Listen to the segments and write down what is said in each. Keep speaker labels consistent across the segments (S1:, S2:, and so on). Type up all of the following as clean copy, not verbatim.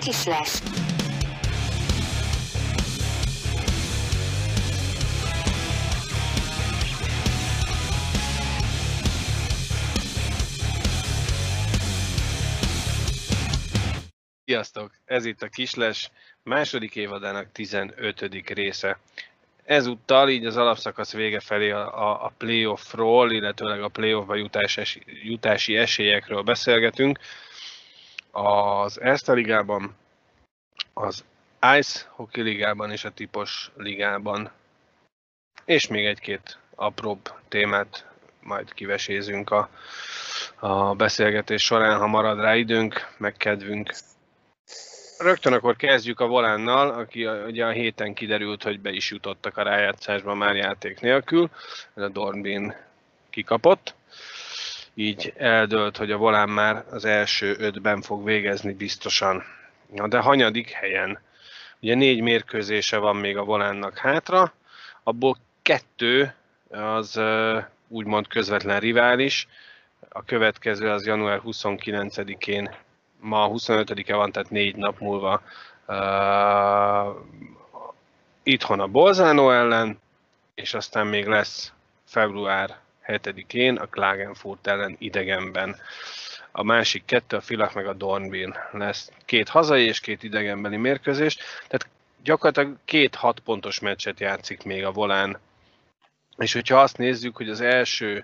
S1: Kisles.
S2: Sziasztok! Ez itt a Kisles második évadának 15. része. Ezúttal így az alapszakasz vége felé a playoffról, illetőleg a playoffba jutási esélyekről beszélgetünk. Az Erste Ligában, az Ice Hockey Ligában és a Tipos Ligában. És még egy-két apróbb témát majd kivesézünk a beszélgetés során, ha marad rá időnk, meg kedvünk. Rögtön akkor kezdjük a Volánnal, aki ugye a héten kiderült, hogy be is jutottak a rájátszásba már játék nélkül. A Dornbirn kikapott. Így eldőlt, hogy a Volán már az első 5-ben fog végezni biztosan. Na de hanyadik helyen? Ugye 4 mérkőzése van még a Volánnak hátra, abból 2 az úgymond közvetlen rivális. A következő az január 29-én, ma 25-e van, tehát 4 nap múlva itthon a Bolzano ellen, és aztán még lesz február 7-én a Klagenfurt ellen idegenben. A másik 2, a Villach meg a Dornbirn lesz. 2 hazai és 2 idegenbeli mérkőzés, tehát gyakorlatilag 2 6 pontos meccset játszik még a Volán. És hogyha azt nézzük, hogy az első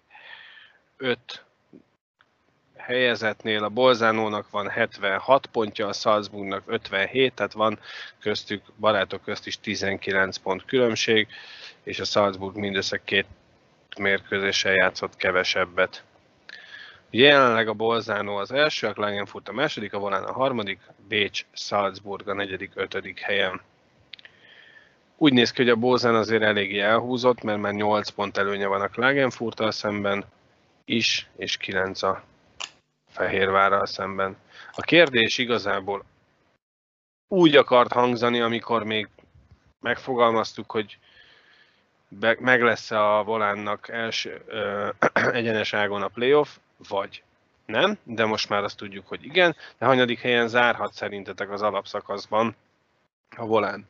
S2: 5 helyezetnél a Bolzánónak van 76 pontja, a Salzburgnak 57, tehát van köztük, barátok közt is 19 pont különbség, és a Salzburg mindössze 2 mérkőzéssel játszott kevesebbet. Jelenleg a Bolzánó az első, a Klagenfurt a második, a Volán a harmadik, Bécs, Salzburg a negyedik, 5. helyen. Úgy néz ki, hogy a Bolzán azért eléggé elhúzott, mert már 8 pont előnye van a Klagenfurttal szemben is, és 9 a Fehérvárral szemben. A kérdés igazából úgy akart hangzani, amikor még megfogalmaztuk, hogy meg lesz a Volánnak első egyenes ágon a playoff, vagy nem, de most már azt tudjuk, hogy igen. De hanyadik helyen zárhat szerintetek az alapszakaszban a Volán?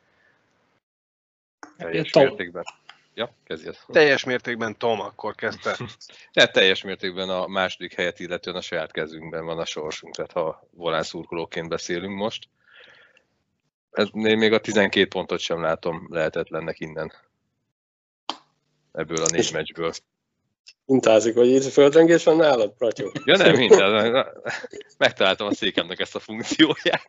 S3: Teljes mértékben. Ja, kezdjed.
S2: Teljes mértékben Tom, akkor kezdte.
S3: Teljes mértékben a második helyet illetően a saját kezünkben van a sorsunk, tehát ha Volán szurkolóként beszélünk most. Én még a 12 pontot sem látom lehetetlennek innen. Ebből a 4 meccsből.
S4: Mintázik, hogy itt földrengés van nálad, Pratyó?
S3: Ja nem, minden. Megtaláltam a székemnek ezt a funkcióját.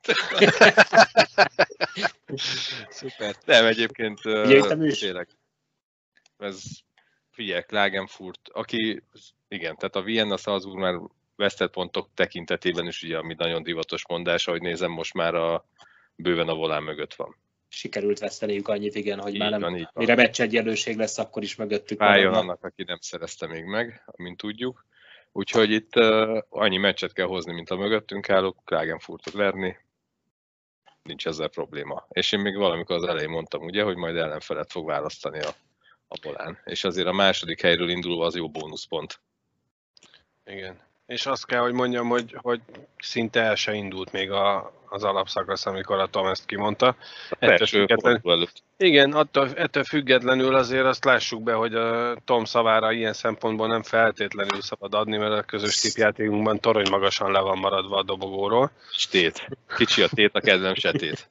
S3: Szuper. Nem, egyébként tényleg. Ez figyelj, Klagenfurt, aki, igen, tehát a Vienna Salzburg már vesztett pontok tekintetében is, ugye, ami nagyon divatos mondás, ahogy nézem, most már bőven a Volán mögött van.
S5: Sikerült veszteniük annyit, igen, hogy
S3: így
S5: már nem,
S3: van.
S5: mire meccsegyenlőség lesz, akkor is mögöttük van.
S3: Váljon annak, aki nem szerezte még meg, mint tudjuk. Úgyhogy itt annyi meccset kell hozni, mint a mögöttünk állók, Klagenfurtot verni, nincs ezzel probléma. És én még valamikor az elején mondtam, ugye, hogy majd ellenfelet fog választani a Volán. És azért a második helyről indulva az jó bónuszpont.
S2: Igen. És azt kell, hogy mondjam, hogy szinte el se indult még az alapszakasz, amikor a Tom ezt kimondta. Igen, ettől függetlenül azért azt lássuk be, hogy a Tom szavára ilyen szempontból nem feltétlenül szabad adni, mert a közös tippjátékunkban torony magasan le van maradva a dobogóról.
S3: Tét. Kicsi a tét, a kedvem se tét.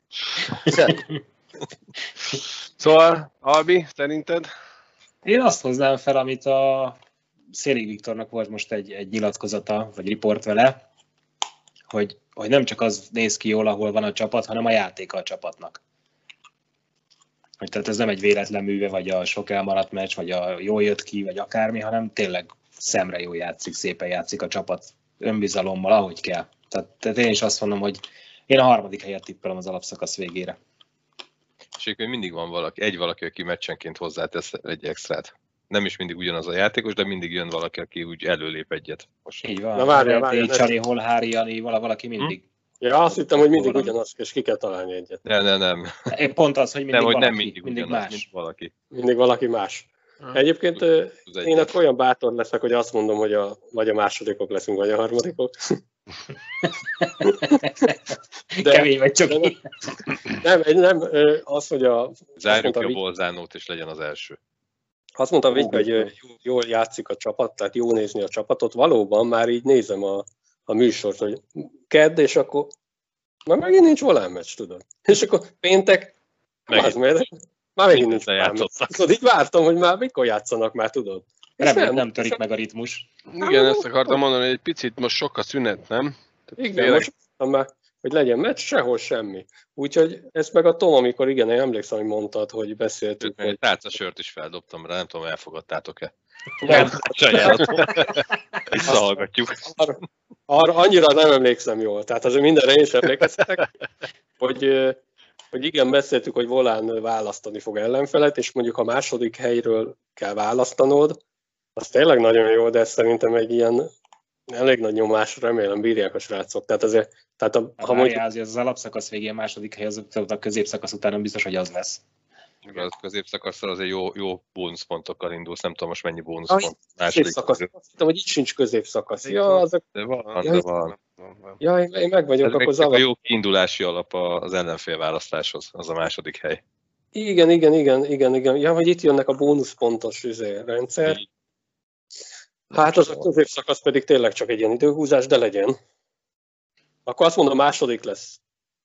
S2: Szóval, Albi, szerinted?
S5: Én azt hoznám fel, amit a Szélig Viktornak volt most egy nyilatkozata, vagy riport vele, hogy nem csak az néz ki jól, ahol van a csapat, hanem a játéka a csapatnak. Tehát ez nem egy véletlen műve, vagy a sok elmaradt meccs, vagy a jól jött ki, vagy akármi, hanem tényleg szemre jól játszik, szépen játszik a csapat, önbizalommal, ahogy kell. Tehát én is azt mondom, hogy én a harmadik helyet tippelem az alapszakasz végére.
S3: És hogy mindig van valaki, aki meccsenként hozzátesz egy extrát. Nem is mindig ugyanaz a játékos, de mindig jön valaki, aki úgy előlép egyet. Most.
S5: Így van.
S4: Na várjál.
S5: Csari, Holhári, Jani, valaki mindig.
S4: Ja, azt hittem, hogy mindig ugyanaz, és ki kell találni egyet.
S3: Nem.
S5: Én pont az, hogy mindig
S3: nem,
S5: valaki,
S3: nem mindig ugyanaz,
S5: más.
S3: Mint valaki.
S4: Mindig valaki más. Egyébként én olyan bátor leszek, hogy azt mondom, hogy vagy a másodikok leszünk, vagy a harmadikok.
S5: Kemény vagy csak
S4: nem, az, hogy
S3: Zárjuk ki a Bolzánót, és legyen az első.
S4: Azt mondtam, hogy jól játszik a csapat, tehát jó nézni a csapatot. Valóban már így nézem a műsort, hogy kedd, és akkor már megint nincs volán meccs, tudod. És akkor péntek, már megint nincs volán meccs. Szóval így vártam, hogy már mikor játszanak már, tudod.
S5: Remélem nem törik meg a ritmus.
S2: Igen, ezt akartam mondani, hogy egy picit most sok a szünet, nem?
S4: Igen, most már, hogy legyen meccs, sehol semmi. Úgyhogy ezt meg a Tom, amikor igen, én emlékszem, hogy mondtad, hogy beszéltük.
S3: Egy tálcasört is feldobtam rá, nem tudom, elfogadtátok-e. Sajnálatom. Visszahallgatjuk.
S4: Arra annyira nem emlékszem jól, tehát azért mindenre én is emlékeztetek, hogy igen, beszéltük, hogy volán választani fog ellenfelet, és mondjuk a második helyről kell választanod, az tényleg nagyon jó, de szerintem egy ilyen elég nagy nyomás, remélem bírják a srácok. Tehát azért,
S5: ha mondjuk... az alapszakasz végén második hely, az a középszakasz után nem biztos, hogy az lesz.
S3: A középszakaszra azért jó bónuszpontokkal indulsz, nem tudom most mennyi bónuszpont.
S4: Középszakasz, azt hittem, hogy itt sincs középszakasz. Ja, azok...
S3: De van.
S4: Ja, én meg vagyok, akkor
S3: zavar. A jó kiindulási alap az ellenfél választáshoz, az a második hely.
S4: Igen. Ja, hogy itt jönnek a bónuszpontos rendszer. Hát az a középszakasz pedig tényleg csak egy ilyen időhúzás, de legyen. Akkor azt mondom, második lesz.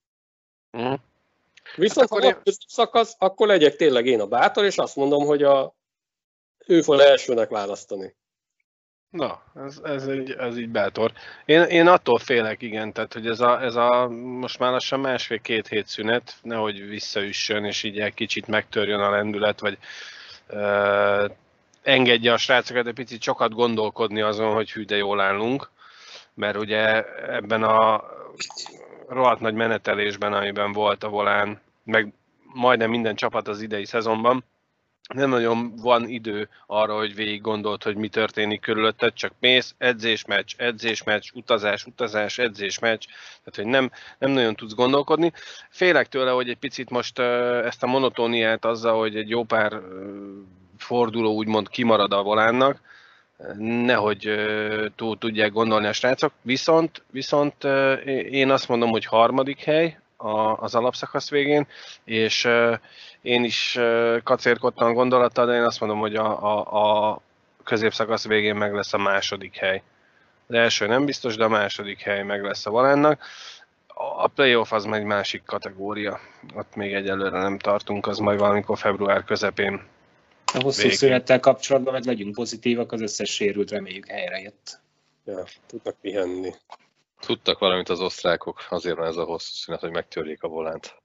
S4: Viszont ha a középszakasz, akkor legyek tényleg én a bátor, és azt mondom, hogy ő fog elsőnek választani.
S2: Na, ez így bátor. Én attól félek, igen, tehát hogy ez a most már lassan másfél-két hét szünet, nehogy visszaüssön, és így egy kicsit megtörjön a lendület, vagy engedje a srácokat egy picit sokat gondolkodni azon, hogy hű, de jól állunk, mert ugye ebben a rohadt nagy menetelésben, amiben volt a volán, meg majdnem minden csapat az idei szezonban, nem nagyon van idő arra, hogy végig gondolt, hogy mi történik körülötted, csak mész, edzés-meccs, utazás, edzés-meccs, tehát hogy nem nagyon tudsz gondolkodni. Félek tőle, hogy egy picit most ezt a monotóniát azzal, hogy egy jó pár forduló úgymond kimarad a volánnak, nehogy túl tudják gondolni a srácok, viszont én azt mondom, hogy harmadik hely az alapszakasz végén, és én is kacérkodtam gondolattal, de én azt mondom, hogy a középszakasz végén meg lesz a második hely. Az első nem biztos, de a második hely meg lesz a volánnak. A playoff az meg egy másik kategória. Ott még egyelőre nem tartunk, az majd valamikor február közepén.
S5: A hosszú szünettel kapcsolatban meg legyünk pozitívak, az összes sérült reméljük helyre jött.
S4: Ja, tudnak pihenni.
S3: Tudtak valamit az osztrákok, azért van ez a hosszú szünet, hogy megtörjék a volánt.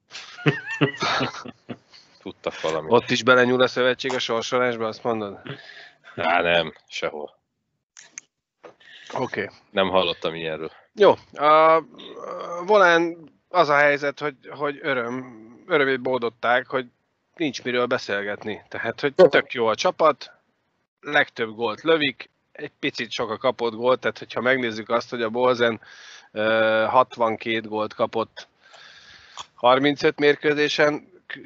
S3: Tudtak valamit.
S2: Ott is belenyúl a szövetség a sorsolásba, azt mondod?
S3: Nem, sehol.
S2: Oké.
S3: Nem hallottam ilyenről.
S2: Jó, a volán az a helyzet, hogy örömét boldották, hogy nincs miről beszélgetni. Tehát, hogy tök jó a csapat, legtöbb gólt lövik, egy picit sok a kapott gólt, tehát hogyha megnézzük azt, hogy a Bolzen 62 gólt kapott 35 mérkőzésen,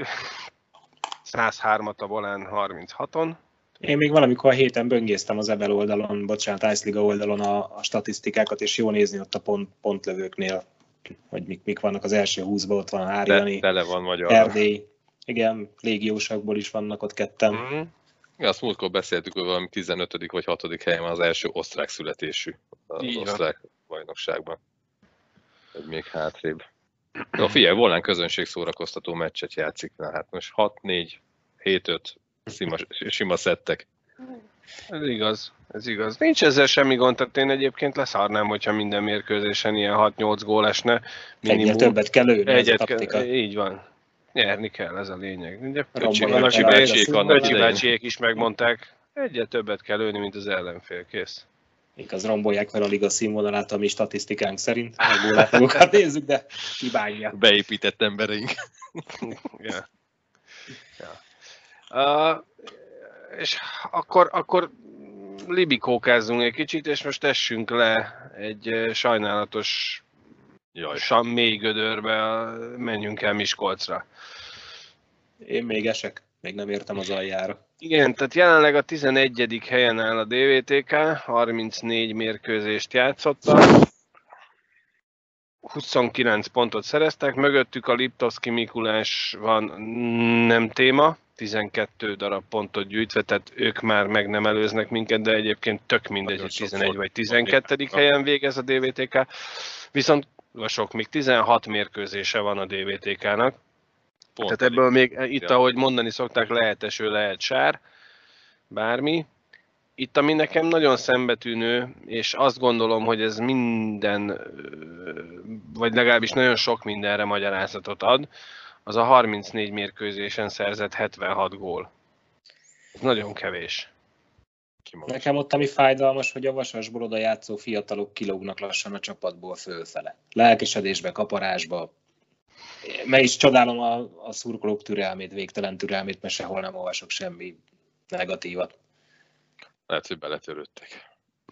S2: 103-at a volán 36-on.
S5: Én még valamikor a héten böngésztem az Ebel oldalon, bocsánat, Ice Liga oldalon a statisztikákat, és jó nézni ott a pontlövőknél, hogy mik vannak az első 20-ban, ott van Háriani, Erdély, igen, légiósakból is vannak ott ketten.
S3: Ja, azt múltkor beszéltük, hogy valami 15. vagy 6. helyen van az első osztrák születésű az osztrák bajnokságban. Vagy még hátrébb. Jó, figyelj, volán közönség szórakoztató meccset játszik. Na hát most 6-4, 7-5 sima szettek.
S2: Ez igaz. Nincs ezzel semmi gond, tehát én egyébként leszarnám, hogyha minden mérkőzésen ilyen 6-8 gól esne.
S5: Egyre többet kell lőni, ez a taktika.
S2: Így van. Nyerni kell, ez a lényeg. Ugye
S3: Pöcsi
S2: bácsiék is megmondták, egyre többet kell lőni, mint az ellenfél, kész.
S5: Az rombolják fel a liga színvonalát, a mi statisztikánk szerint. A gólátokat nézzük, de kibánja.
S3: Beépített embereink.
S2: Ja. És akkor libikókázzunk egy kicsit, és most essünk le egy sajnálatos mély gödörbe, menjünk el Miskolcra.
S5: Én még esek, még nem értem az aljára.
S2: Igen, tehát jelenleg a 11. helyen áll a DVTK, 34 mérkőzést játszottak. 29 pontot szereztek, mögöttük a Liptovszki Mikulás van, nem téma, 12 darab pontot gyűjtve, tehát ők már meg nem előznek minket, de egyébként tök mindegy, hogy 11 vagy 12. helyen végez a DVTK, viszont sok, még 16 mérkőzése van a DVTK-nak, tehát ebből még itt, ahogy mondani szokták, lehet eső, lehet sár, bármi. Itt, ami nekem nagyon szembetűnő, és azt gondolom, hogy ez minden, vagy legalábbis nagyon sok mindenre magyarázatot ad, az a 34 mérkőzésen szerzett 76 gól. Ez nagyon kevés.
S5: Nekem ott ami fájdalmas, hogy a Vasasból oda játszó fiatalok kilógnak lassan a csapatból fölfele. Lelkesedésbe, kaparásba. Meg is csodálom a szurkolók türelmét, végtelen türelmét, mert sehol nem olvasok semmi negatívat.
S3: Lehet, hogy beletörődtek.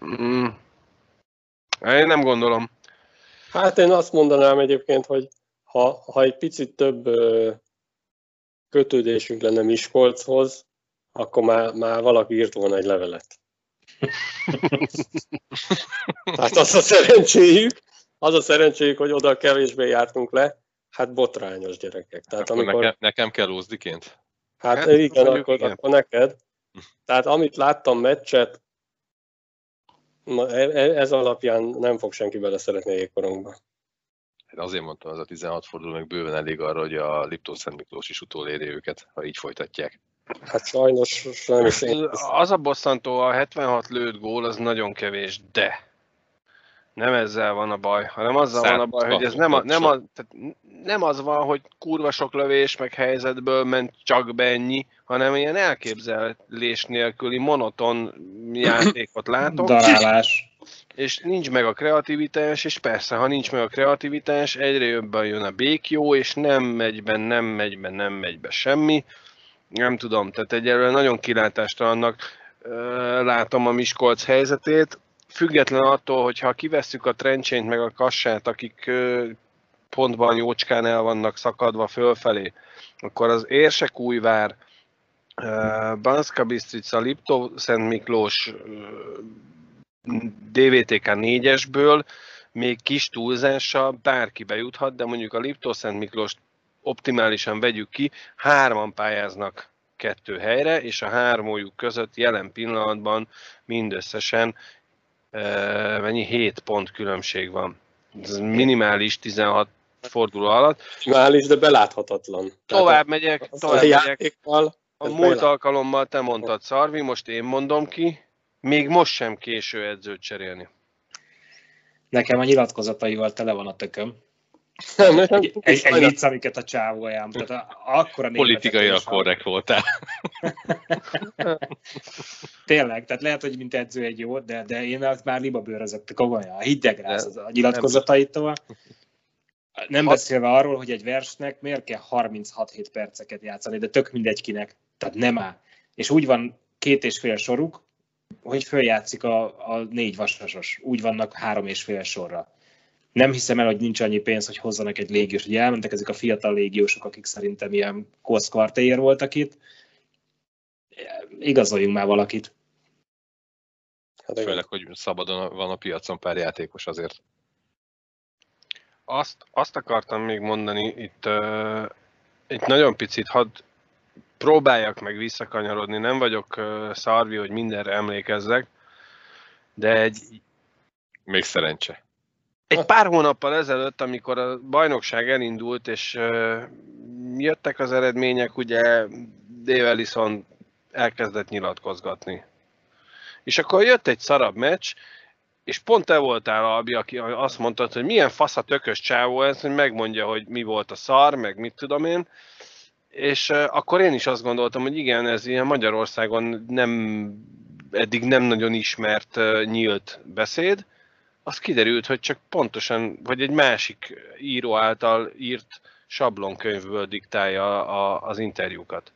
S2: Én nem gondolom.
S4: Hát én azt mondanám egyébként, hogy ha egy picit több kötődésünk lenne Miskolchoz, akkor már valaki írt volna egy levelet. Hát az a szerencséjük, hogy oda kevésbé jártunk le, hát botrányos gyerekek. Tehát
S3: akkor nekem kell ózdiként?
S4: Hát igen, akkor neked. Tehát amit láttam meccset, ez alapján nem fog senki bele szeretni a jégkorongba.
S3: Azért mondtam, az a 16 forduló meg bőven elég arra, hogy a Liptó-Szent Miklós is utolérje őket, ha így folytatják.
S4: Hát sajnos nem is én.
S2: Az a bosszantó, a 76 lőtt gól, az nagyon kevés, de nem ezzel van a baj, hanem azzal van a baj, hogy ez nem az van, hogy kurva sok lövés, meg helyzetből ment csak be ennyi, hanem ilyen elképzelés nélküli monoton játékot látok.
S5: Darálás.
S2: És nincs meg a kreativitás, és persze, ha nincs meg a kreativitás, egyre jobban jön a békjó, és nem megy be semmi. Nem tudom, tehát egyelőre nagyon kilátástalannak látom a Miskolc helyzetét. Független attól, hogyha kivesszük a Trencsényt meg a Kassát, akik pontban jócskán el vannak szakadva fölfelé, akkor az Érsekújvár, Banszka Bistrica, Liptó-Szent Miklós, DVTK 4-esből még kis túlzással bárki bejuthat, de mondjuk a Liptó-Szent Miklóst optimálisan vegyük ki, 3-an pályáznak 2 helyre, és a 3-ójuk között jelen pillanatban mindösszesen 7 pont különbség van. Ez minimális 16 forduló alatt.
S4: Minimális, de beláthatatlan.
S2: Tovább megyek. A múlt alkalommal te mondtad, Szarvi, most én mondom ki, még most sem késő edzőt cserélni.
S5: Nekem a nyilatkozataival tele van a tököm. Egy vicc, amiket a csávó ajánl.
S3: Politikailag korrekt voltál.
S5: Tényleg, tehát lehet, hogy mint edző egy jó, de én már libabőrözök, komolyan, hiddegráz a nyilatkozataitól. Nem beszélve arról, hogy egy versnek miért kell 36-7 perceket játszani, de tök mindegy kinek, tehát nem áll. És úgy van 2,5 soruk, hogy följátszik a 4 vasasos. Úgy vannak 3,5 sorra. Nem hiszem el, hogy nincs annyi pénz, hogy hozzanak egy légiós. Ugye elmentek ezek a fiatal légiósok, akik szerintem ilyen Koszkvartér voltak itt. Igazoljunk már valakit.
S3: Hát főleg, hogy szabadon van a piacon pár játékos azért.
S2: Azt akartam még mondani, itt nagyon picit hadd próbáljak meg visszakanyarodni, nem vagyok Szarvi, hogy mindenre emlékezzek, de
S3: még szerencse.
S2: Egy pár hónappal ezelőtt, amikor a bajnokság elindult, és jöttek az eredmények, ugye Dave Ellison elkezdett nyilatkozgatni. És akkor jött egy szarabb meccs, és pont te voltál, Albi, aki azt mondtad, hogy milyen fasz a tökös csávó ez, hogy megmondja, hogy mi volt a szar, meg mit tudom én. És akkor én is azt gondoltam, hogy igen, ez ilyen Magyarországon eddig nem nagyon ismert nyílt beszéd. Az kiderült, hogy csak pontosan, vagy egy másik író által írt sablonkönyvből diktálja az interjúkat.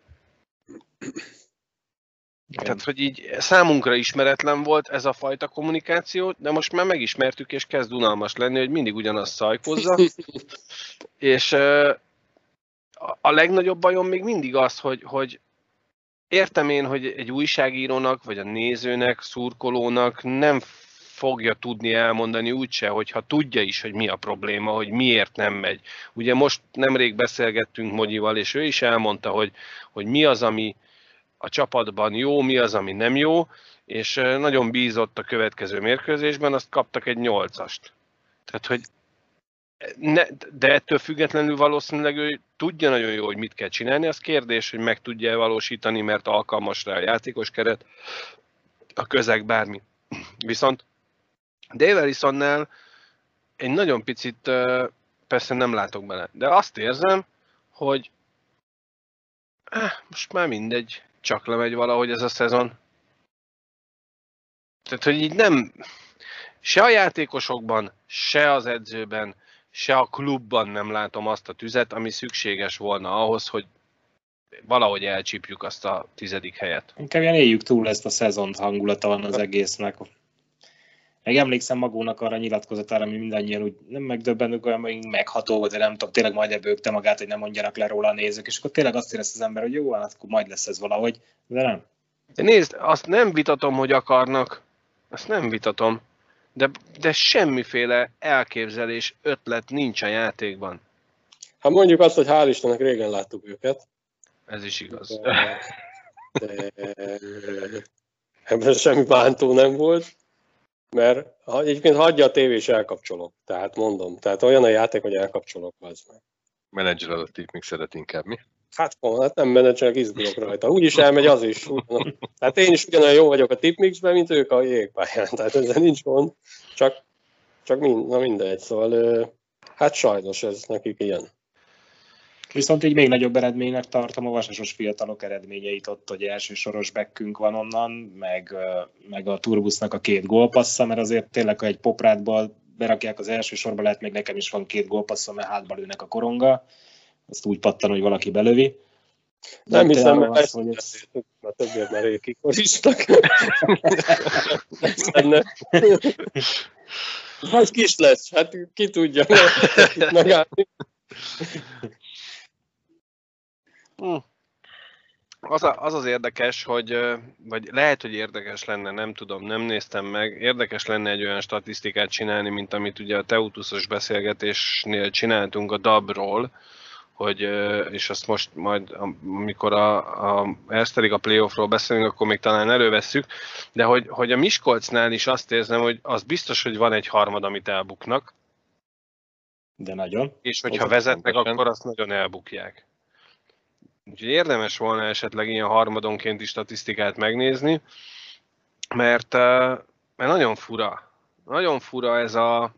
S2: Igen. Tehát, hogy így számunkra ismeretlen volt ez a fajta kommunikáció, de most már megismertük, és kezd unalmas lenni, hogy mindig ugyanazt szajkozza. És a legnagyobb bajom még mindig az, hogy értem én, hogy egy újságírónak, vagy a nézőnek, szurkolónak nem fogja tudni elmondani úgyse, hogyha tudja is, hogy mi a probléma, hogy miért nem megy. Ugye most nemrég beszélgettünk Mogyival, és ő is elmondta, hogy mi az, ami a csapatban jó, mi az, ami nem jó, és nagyon bízott a következő mérkőzésben, azt kaptak egy 8-ast. Tehát, hogy de ettől függetlenül valószínűleg ő tudja nagyon jó, hogy mit kell csinálni, az kérdés, hogy meg tudja valósítani, mert alkalmas rá a játékos keret, a közeg, bármi. Viszont Dave Ellisonnál egy nagyon picit, persze nem látok bele, de azt érzem, hogy most már mindegy, csak lemegy valahogy ez a szezon. Tehát, hogy így nem, se a játékosokban, se az edzőben, se a klubban nem látom azt a tüzet, ami szükséges volna ahhoz, hogy valahogy elcsípjük azt a 10. helyet.
S5: Inkább ilyen éljük túl ezt a szezont, hangulata van az egésznek. Meg emlékszem magunknak arra a nyilatkozatára, ami mindannyian úgy nem megdöbbentünk, olyan megható volt, de nem tudom, tényleg majd ebbőgte magát, hogy nem mondjanak le róla a nézők, és akkor tényleg azt érezte az ember, hogy jó, hát akkor majd lesz ez valahogy, de nem.
S2: De nézd, azt nem vitatom, hogy akarnak, azt nem vitatom, de semmiféle elképzelés, ötlet nincs a játékban.
S4: Hát mondjuk azt, hogy hál' Istennek régen láttuk őket.
S2: Ez is igaz.
S4: De ebben semmi bántó nem volt, mert egyébként hagyja a tévé és elkapcsolok. Tehát mondom, tehát olyan a játék, hogy elkapcsolok, az meg.
S3: Menedzseled a tipmixedet inkább, mi?
S4: Hát nem menedzselek, izgulok rajta. Úgyis elmegy az is. Tehát én is ugyanolyan jó vagyok a tipmixben, mint ők a jégpályán. Tehát ezzel nincs gond. Csak mindegy. Szóval hát sajnos ez nekik ilyen.
S5: Viszont így még nagyobb eredménynek tartom a vasasos fiatalok eredményeit ott, hogy első soros backünk van onnan, meg a Turbusznak a 2 gólpassza, mert azért tényleg, ha egy Poprádból berakják az első sorba, lehet még nekem is van 2 gólpasszom, mert hátba lőnek a koronga, azt úgy pattan, hogy valaki belövi.
S4: Nem hiszem, mert ezt a többiek már rég kikoristak. Az kis lesz, hát ki tudja megállni.
S2: Az érdekes, hogy, vagy lehet, hogy érdekes lenne, nem tudom, nem néztem meg, érdekes lenne egy olyan statisztikát csinálni, mint amit ugye a Teutusos beszélgetésnél csináltunk a DAB-ról, hogy, és azt most majd, amikor ezt a playoffról beszélünk, akkor még talán elővesszük, de hogy a Miskolcnál is azt érzem, hogy az biztos, hogy van egy harmad, amit elbuknak.
S5: De nagyon.
S2: És hogyha vezetnek, akkor azt nagyon elbukják. Úgyhogy érdemes volna esetleg ilyen harmadonkénti statisztikát megnézni, mert nagyon fura. Nagyon fura ez a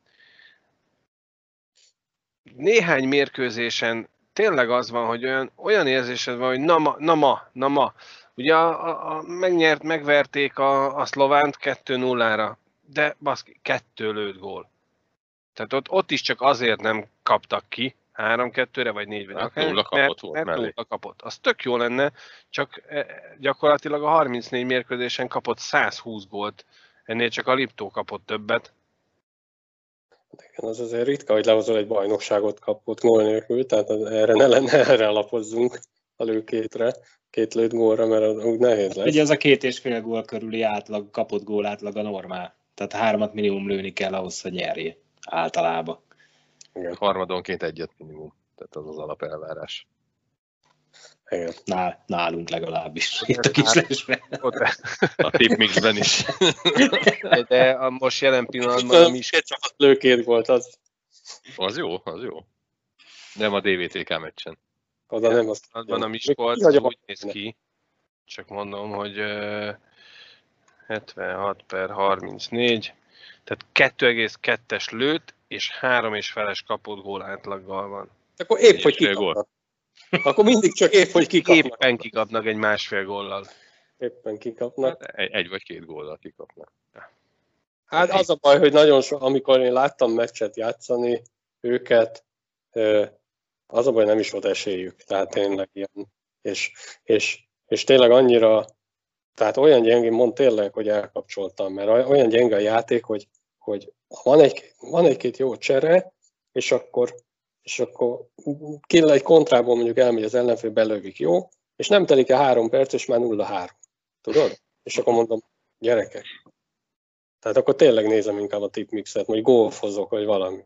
S2: néhány mérkőzésen tényleg az van, hogy olyan érzésed van, hogy na ma. Ugye megverték a szlovánt 2-0-ra, de baszki, 2 lőtt gól. Tehát ott is csak azért nem kaptak ki, 3-2-re, vagy 4 vagy akár, mert nulla kapott. Az tök jó lenne, csak gyakorlatilag a 34 mérkőzésen kapott 120 gólt, ennél csak a Liptó kapott többet.
S4: Igen, az azért ritka, hogy lehozol egy bajnokságot kapott gól nélkül, tehát erre alapozzunk a lőkétre, 2 lőtt gólra, mert úgy nehéz lesz.
S5: Ugye az a 2,5 gól körüli átlag, kapott gól átlag a normál. Tehát 3-at minimum lőni kell ahhoz, hogy nyerjél általában.
S3: Igen. Harmadonként 1 minimum, tehát az az alapelvárás.
S4: Igen.
S5: Nálunk legalábbis. Itt a kislesben.
S3: A tipmixben is.
S2: De most jelen pillanatban is.
S4: 2 csapat lő 2 gólt, az.
S3: Az jó. Nem a DVTK meccsen.
S4: Oda nem azt.
S2: Van a Miskolc, az úgy néz ki. Csak mondom, hogy 76/34. Tehát 2,2-es lőtt, és 3,5-es kapott gól átlaggal van.
S4: Akkor épp, hogy kikapnak. Akkor mindig csak épp, hogy kikapnak.
S2: Éppen kikapnak egy 1,5 góllal.
S4: Éppen kikapnak.
S3: 1 vagy 2 góllal kikapnak.
S4: Hát az a baj, hogy nagyon sok, amikor én láttam meccset játszani őket, az a baj, nem is volt esélyük. Tehát tényleg ilyen. És tényleg annyira, tehát olyan gyengén, mond tényleg, hogy elkapcsoltam, mert olyan gyenge a játék, hogy van egy-két jó csere, és akkor egy kontrából mondjuk elmegy az ellenfél, belövik, jó? És nem telik el 3 perc, és már 0-3. Tudod? És akkor mondom, gyerekek, Tehát akkor tényleg nézem inkább a tipmixet, vagy golfozok, vagy valami.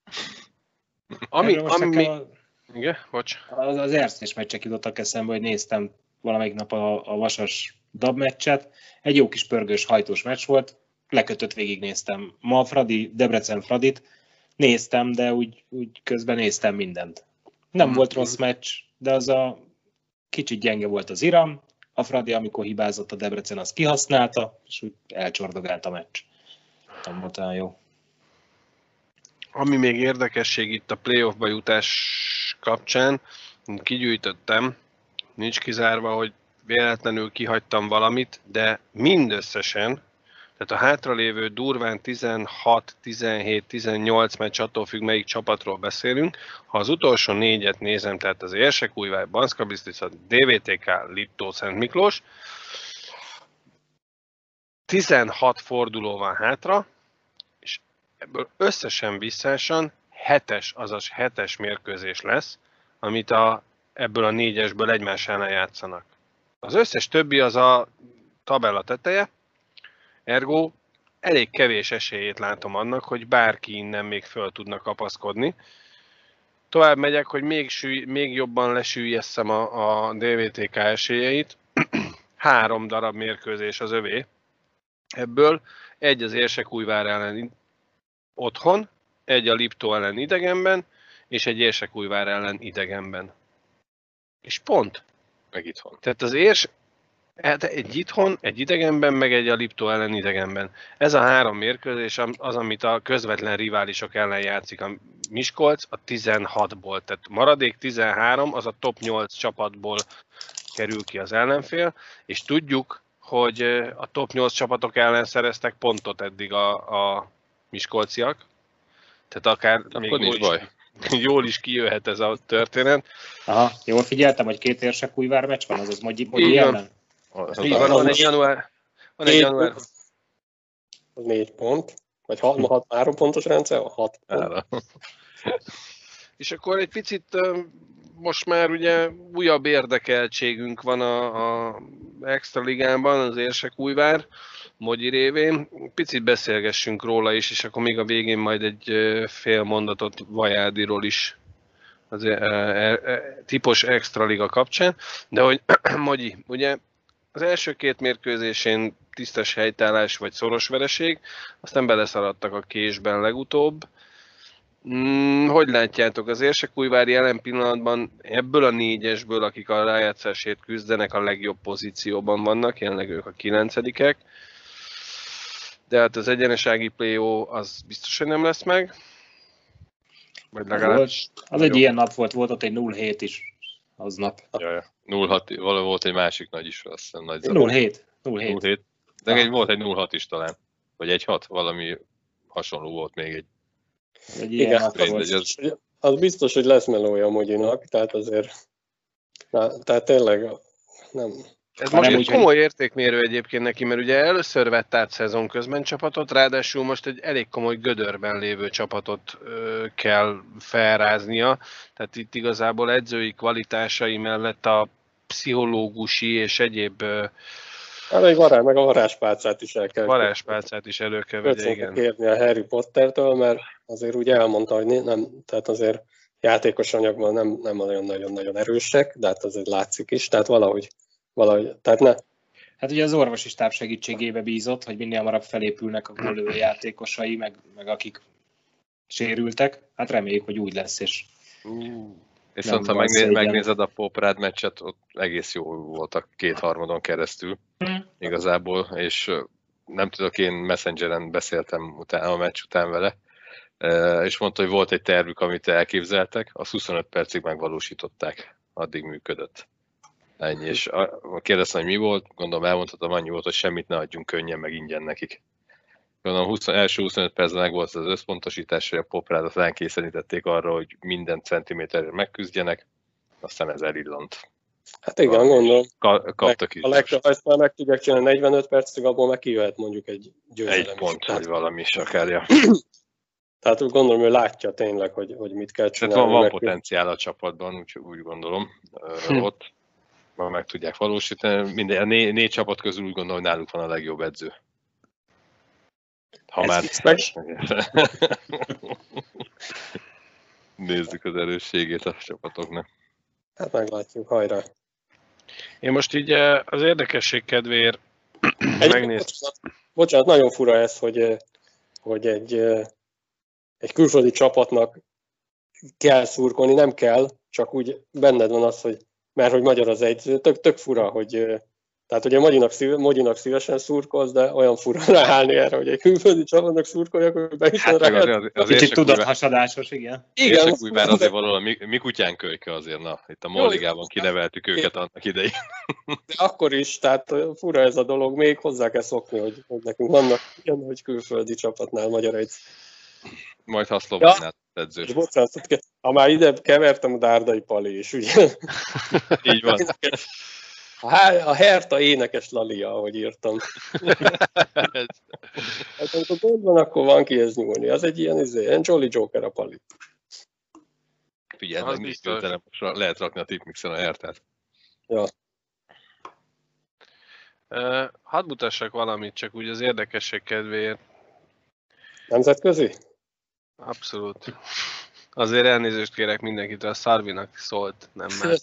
S2: Igen, bocs.
S5: Az Ersztés meccsek jutottak eszembe, hogy néztem valamelyik nap a Vasas Dab meccset. Egy jó kis pörgős, hajtós meccs volt, lekötött végignéztem. Ma a Debrecen Fradit néztem, de úgy közben néztem mindent. Nem volt rossz meccs, de az a kicsit gyenge volt az Iram, a Fradi, amikor hibázott a Debrecen, az kihasználta, és úgy elcsordogált a meccs. Nem volt olyan jó.
S2: Ami még érdekesség itt a playoffba jutás kapcsán, kigyűjtöttem, nincs kizárva, hogy véletlenül kihagytam valamit, de mindösszesen, tehát a hátralévő durván 16, 17, 18 meccs, attól függ, melyik csapatról beszélünk. Ha az utolsó 4-et nézem, tehát az Érsekújvár, Banszka Bistrica, DVTK, Liptó, Szent Miklós, 16 forduló van hátra, és ebből összesen visszásan 7-es mérkőzés lesz, amit ebből a 4-esből egymás ellen játszanak. Az összes többi az a tabella teteje, ergo elég kevés esélyét látom annak, hogy bárki innen még föl tudna kapaszkodni. Tovább megyek, hogy még jobban lesüljesszem a DVTK esélyeit. 3 darab mérkőzés az övé. Ebből egy az Érsekújvár ellen otthon, egy a Liptó ellen idegenben, és egy Érsekújvár ellen idegenben. És pont.
S3: Meg itthon.
S2: Tehát az egy itthon, egy idegenben, meg egy a Liptó ellen idegenben. Ez a 3 mérkőzés az, amit a közvetlen riválisok ellen játszik. A Miskolc a 16-ból, tehát maradék 13, az a top 8 csapatból kerül ki az ellenfél, és tudjuk, hogy a top 8 csapatok ellen szereztek pontot eddig a miskolciak. Tehát akár
S3: akkor még
S2: jól is kijöhet ez a történet.
S5: Aha, jól figyeltem, hogy 2 Érsekújvár meccs van, azaz Mogyi ellen?
S2: Így van egy január. Van egy január.
S4: Az 4 pont. Vagy 3 pontos rendszer? 6 pont.
S2: És akkor egy picit most már ugye újabb érdekeltségünk van a Extra Ligában, az Érsekújvár, Mogyi révén. Picit beszélgessünk róla is, és akkor még a végén majd egy fél mondatot Vajádiról is, az típus Extra Liga kapcsán. De hogy Mogyi, ugye az első 2 mérkőzésén tisztes helytállás vagy szoros vereség, aztán beleszaladtak a késben legutóbb. Hogy látjátok, az Érsekújvári jelen pillanatban ebből a 4-esből, akik a rájátszásért küzdenek, a legjobb pozícióban vannak, jelenleg ők a 9-ek. De hát az egyenesági play-off az biztos, hogy nem lesz meg. Vagy legalábbis.
S5: Az egy ilyen nap volt ott egy 0-7 is aznap.
S3: Jaj, 0-6, valami volt egy másik nagy is, azt hiszem nagy
S5: 0-7.
S3: De volt egy 0-6 is talán. Vagy 1-6, valami hasonló volt még egy.
S4: Igen, az biztos, hogy lesz melója a Mogyinak, tehát azért, tehát tényleg nem.
S2: Ez most egy komoly értékmérő egyébként neki, mert ugye először vett át szezon közben csapatot, ráadásul most egy elég komoly gödörben lévő csapatot kell felráznia, tehát itt igazából edzői kvalitásai mellett a pszichológusi és egyéb
S4: meg a varázspálcát is el kell.
S2: Varázspálcát is elő kell vegye, igen.
S4: Kérni a Harry Pottertől, mert azért úgy elmondta, hogy nem, tehát azért játékos anyagban nem olyan nagyon-nagyon erősek, de hát azért látszik is, tehát valahogy, tehát ne.
S5: Hát ugye az orvosi stáb segítségébe bízott, hogy minél hamarabb felépülnek a góllövő játékosai, meg akik sérültek. Hát reméljük, hogy úgy lesz, és
S3: viszont ha megnézed a Poprád meccset, ott egész jó voltak 2/3 keresztül igazából, és nem tudok, én Messengeren beszéltem a meccs után vele, és mondta, hogy volt egy tervük, amit elképzeltek, azt 25 percig megvalósították, addig működött. Ennyi, és kérdeztem, hogy mi volt, gondolom elmondhatom, annyi volt, hogy semmit ne adjunk könnyen, meg ingyen nekik. Gondolom első 25 percben meg volt az összpontosítás, hogy a Poprádot ránkényszerítették arra, hogy minden centiméterért megküzdjenek, aztán ez elillant.
S4: Hát igen, gondolom.
S3: Kaptak is.
S4: Ha ezt már meg tudják csinálni 45 percig, abból meg kijöhet mondjuk egy győzelem.
S3: Egy pont, vagy valami is akárja.
S4: Tehát úgy gondolom, hogy látja tényleg, hogy mit kell csinálni.
S3: Tehát van potenciál a csapatban, úgy gondolom. Ott meg tudják valósítani. A 4 csapat közül úgy gondolom, hogy náluk van a legjobb edző. Ha már
S4: meg.
S3: Nézzük az erősségét a csapatoknak.
S4: Hát meglátjuk, hajrá.
S2: Én most így az érdekesség kedvéért megnéztem.
S4: Bocsánat, nagyon fura ez, hogy egy külföldi csapatnak kell szurkolni, nem kell, csak úgy benned van az, hogy mert hogy magyar az edző, tök fura, hogy tehát ugye Mogyinak szívesen szurkolsz, de olyan fura ráállni erre, hogy egy külföldi csapatnak szurkoljak, hogy beütön rá.
S5: Kicsit tudathasadásos, igen.
S4: Igen.
S3: Érsekújvár azért valahol mi kutyán kölyke azért, na. Itt a Molligában kineveltük őket annak idején.
S4: De akkor is, tehát fura ez a dolog, még hozzá kell szokni, hogy nekünk vannak ilyen, hogy külföldi csapatnál magyar edző.
S3: Majd ha Szlovénát edzős.
S4: Bocsánat, ha már ide kevertem, a Dárdai Pali is, ugye?
S3: Így van.
S4: A Hertha énekes Lalia, ahogy írtam. Hát amikor gond van, akkor van kihez nyúlni. Az egy ilyen Jolly Joker a Pali.
S3: Figyelj, meg lehet rakni a tipmixen a Hertát.
S4: Ja.
S2: Hadd mutassak valamit, csak úgy az érdekesség kedvéért.
S4: Nemzetközi?
S2: Abszolút. Azért elnézést kérek mindenkitől, a Szarvinak szólt, nem más.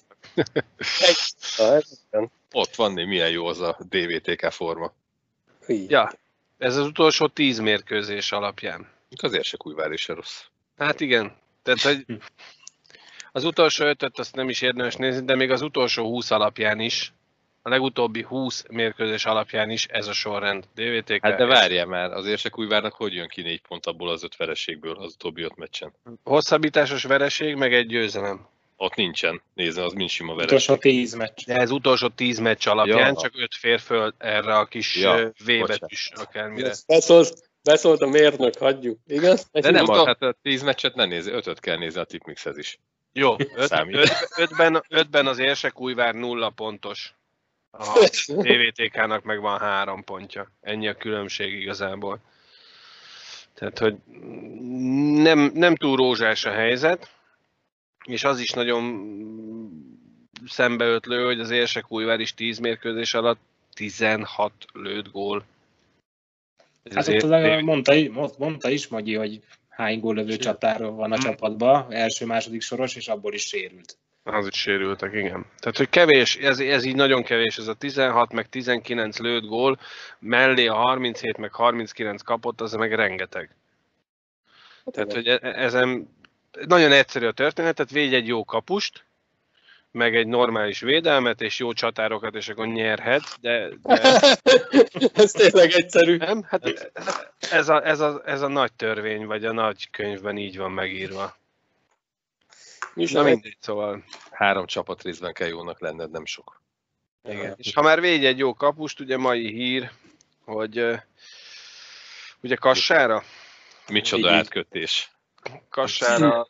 S3: Ott van, milyen jó az a DVTK forma.
S2: Ja, ez az utolsó 10 mérkőzés alapján.
S3: Az Érsekújvár is rossz.
S2: Hát igen, tehát hogy az utolsó 5-öt azt nem is érdemes nézni, de még az utolsó 20 alapján is, a legutóbbi 20 mérkőzés alapján is ez a sorrend. DVTK.
S3: Hát de várjál már, az Érsekújvárnak hogy jön ki 4 pont abból az 5 vereségből az utóbbi 5 meccsen?
S2: Hosszabbításos vereség, meg egy győzelem.
S3: Ott nincsen. Nézd, az mind sima vereség.
S5: Utolsó 10 meccs.
S2: De ez utolsó 10 meccs alapján,
S3: Ja.
S2: csak 5 fér föl erre a kis V-betűs akármire.
S4: Beszólt a mérnök, hagyjuk. Igen?
S3: De nem az, hát a 10 meccset ne nézni, 5-öt kell nézni a tipmixhez is.
S2: Jó,
S3: Számít.
S2: 5-ben az Érsekújvár 0 pontos. A DVTK-nak meg van 3 pontja. Ennyi a különbség igazából. Tehát, hogy nem túl rózsás a helyzet, és az is nagyon szembeötlő, hogy az Érsekújvár is 10 mérkőzés alatt 16 lőtt gól.
S5: Hát ott mondta is Magyi, hogy hány góllövő csaptáról van a csapatban, első-második soros, és abból is sérült.
S2: Az is sérültek, igen. Tehát, hogy kevés, ez így nagyon kevés, ez a 16 meg 19 lőtt gól, mellé a 37 meg 39 kapott, az meg rengeteg. Tehát, hogy ezen nagyon egyszerű a történet, tehát védj egy jó kapust, meg egy normális védelmet, és jó csatárokat, és akkor nyerhet, de...
S4: Ez tényleg egyszerű.
S2: Nem? Hát ez a nagy törvény, vagy a nagy könyvben így van megírva. Na mindegy, szóval...
S3: 3 csapatrészben kell jónak lenned, nem sok.
S2: Igen. És ha már védj egy jó kapust, ugye mai hír, hogy ugye Kassára?
S3: Micsoda átkötés.
S2: Kassára...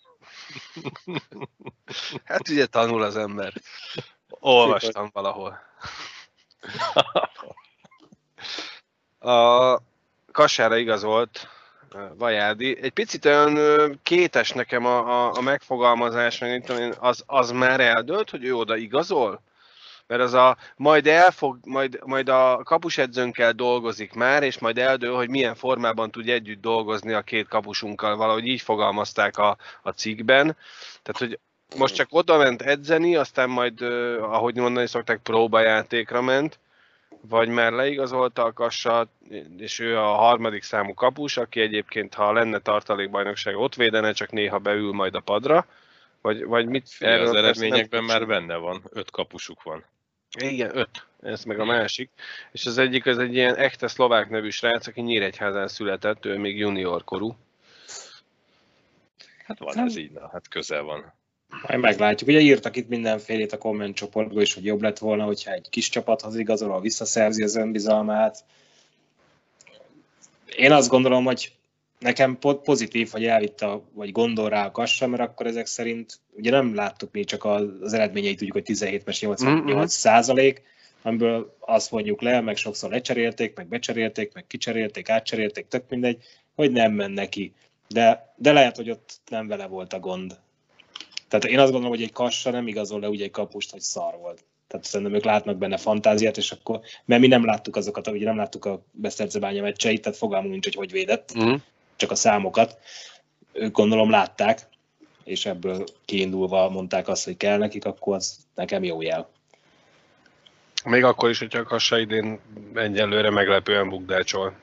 S2: Hát ugye tanul az ember. Olvastam valahol. A Kassára igazolt Vajádi. Egy picit olyan kétes nekem a megfogalmazás, hogy az már eldőlt, hogy ő oda igazol? Mert az majd a kapusedzőnkkel dolgozik már, és majd eldől, hogy milyen formában tud együtt dolgozni a két kapusunkkal. Valahogy így fogalmazták a cikkben. Tehát, hogy most csak oda ment edzeni, aztán majd, ahogy mondani szokták, próbajátékra ment, vagy már leigazolta a Kassat, és ő a 3. számú kapus, aki egyébként, ha lenne tartalékbajnokság, ott védene, csak néha beül majd a padra. Vagy mit?
S3: Erről az eredményekben már benne van, 5 kapusuk van.
S2: Igen, 5. Ez meg a másik. És az egyik az egy ilyen echte szlovák nevű srác, aki Nyíregyházán született, ő még junior korú.
S3: Hát van ez így, na, hát közel van.
S5: Majd meglátjuk. Ugye írtak itt mindenfélét a komment csoportból is, hogy jobb lett volna, hogyha egy kis csapathoz igazol, ahol visszaszerzi az önbizalmát. Én azt gondolom, hogy nekem pozitív, hogy elvitte, vagy gondol rá a Kassa, mert akkor ezek szerint, ugye nem láttuk még csak az eredményeit, tudjuk, hogy 17-88%, amiből azt mondjuk le, meg sokszor lecserélték, meg becserélték, meg kicserélték, átcserélték, tök mindegy, hogy nem ment neki. De lehet, hogy ott nem vele volt a gond. Tehát én azt gondolom, hogy egy Kassa nem igazol le úgy egy kapust, hogy szar volt. Tehát szerintem ők látnak benne fantáziát, és akkor, mert mi nem láttuk azokat, ugye nem láttuk a Besztercebánya meccseit, tehát fogalmunk nincs, hogy védett, csak a számokat. Ők gondolom látták, és ebből kiindulva mondták azt, hogy kell nekik, akkor az nekem jó jel.
S2: Még akkor is, hogyha a Kassa idén egyelőre meglepően bukdácsol.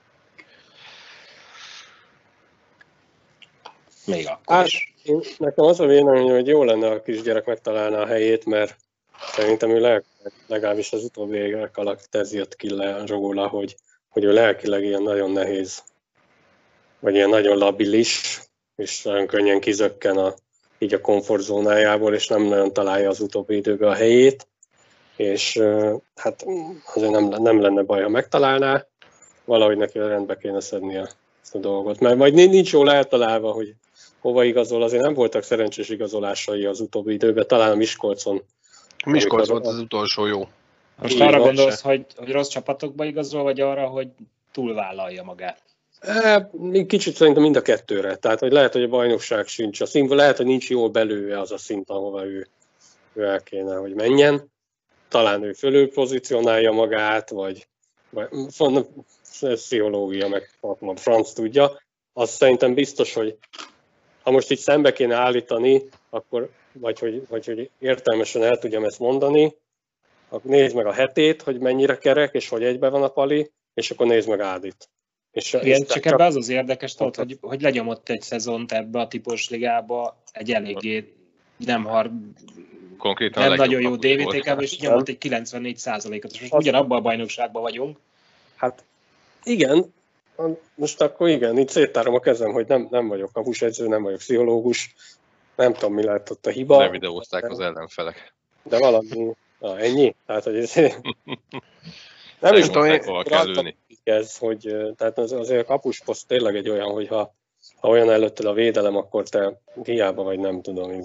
S5: Még akkor is.
S4: Nekem az a véleményem, hogy jó lenne, a kisgyerek megtalálná a helyét, mert szerintem ő legalábbis az utóbbi évek alatt ez jött ki le róla, hogy ő lelkileg ilyen nagyon nehéz, vagy ilyen nagyon labilis, és nagyon könnyen kizökken így a komfortzónájából, és nem nagyon találja az utóbbi időben a helyét, és hát azért nem lenne baj, ha megtalálná, valahogy neki rendbe kéne szednie ezt a dolgot, mert majd nincs jól eltalálva, hogy hova igazol, azért nem voltak szerencsés igazolásai az utóbbi időben, talán a Miskolcon.
S2: A Miskolc volt az utolsó jó.
S5: Most arra gondolsz, hogy rossz csapatokba igazol, vagy arra, hogy túlvállalja magát?
S4: Kicsit szerintem mind a kettőre. Tehát, hogy lehet, hogy a bajnokság sincs a szint, lehet, hogy nincs jól belőle az a szint, ahova ő el kéne, hogy menjen. Talán ő fölül pozícionálja magát, vagy pszichológia, meg franc tudja. Azt szerintem biztos, hogy ha most így szembe kéne állítani, akkor, vagy hogy értelmesen el tudjam ezt mondani, akkor nézd meg a hetét, hogy mennyire kerek, és hogy egyben van a pali, és akkor nézd meg Ádit.
S5: Igen, csak ebben az érdekes, hogy lenyomott egy szezont ebbe a típus ligába, egy eléggé nem nagyon jó DVTK-ba, és nyomott egy 94%-ot, és most ugyanabban a bajnokságban vagyunk.
S4: Hát igen, most akkor igen, így széttárom a kezem, hogy nem vagyok kapusedző, nem vagyok pszichológus, nem tudom, mi lett ott a hiba.
S3: Nem videózták az ellenfelek.
S4: De valami, ennyi? Tehát, hogy
S3: nem is tudom, hova kell lőni.
S4: Ez, hogy tehát azért a kapusposzt tényleg egy olyan, hogy ha olyan előtted a védelem, akkor te hiába vagy, nem tudom,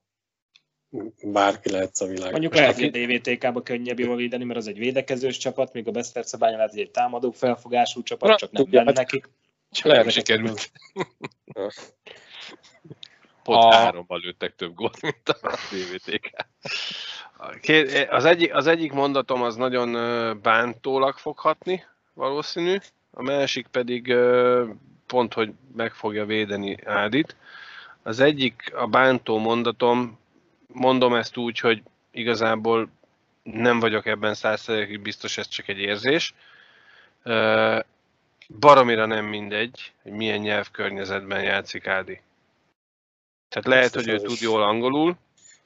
S4: bárki lehetsz a világ.
S5: Mondjuk lehet, hogy a DVTK-ba könnyebb jól védeni, mert az egy védekezős csapat, míg a Besztercebánya lehet, hogy egy támadó felfogású csapat, csak nem benne nekik.
S3: Csak nem sikerült. Pont 3-ban lőttek több gólt, mint a DVTK.
S2: Az egyik mondatom az nagyon bántólag fog hatni, valószínű, a másik pedig pont, hogy meg fogja védeni Ádit. Az egyik, a bántó mondatom, mondom ezt úgy, hogy igazából nem vagyok ebben 100%-ig biztos, ez csak egy érzés. Baromira nem mindegy, hogy milyen nyelvkörnyezetben játszik Ádi. Tehát lehet, hogy ő tud jól angolul,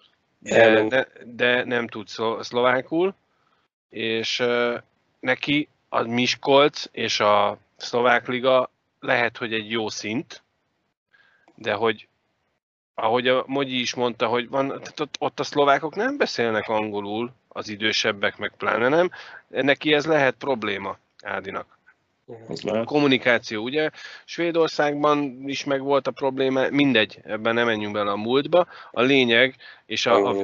S2: de nem tud szlovákul, és neki a Miskolc és a szlovák liga lehet, hogy egy jó szint, de hogy ahogy a Mogyi is mondta, hogy ott a szlovákok nem beszélnek angolul, az idősebbek meg pláne nem, neki ez lehet probléma Ádinak. A kommunikáció, ugye? Svédországban is meg volt a probléma, mindegy, ebben nem menjünk bele a múltba. A lényeg, és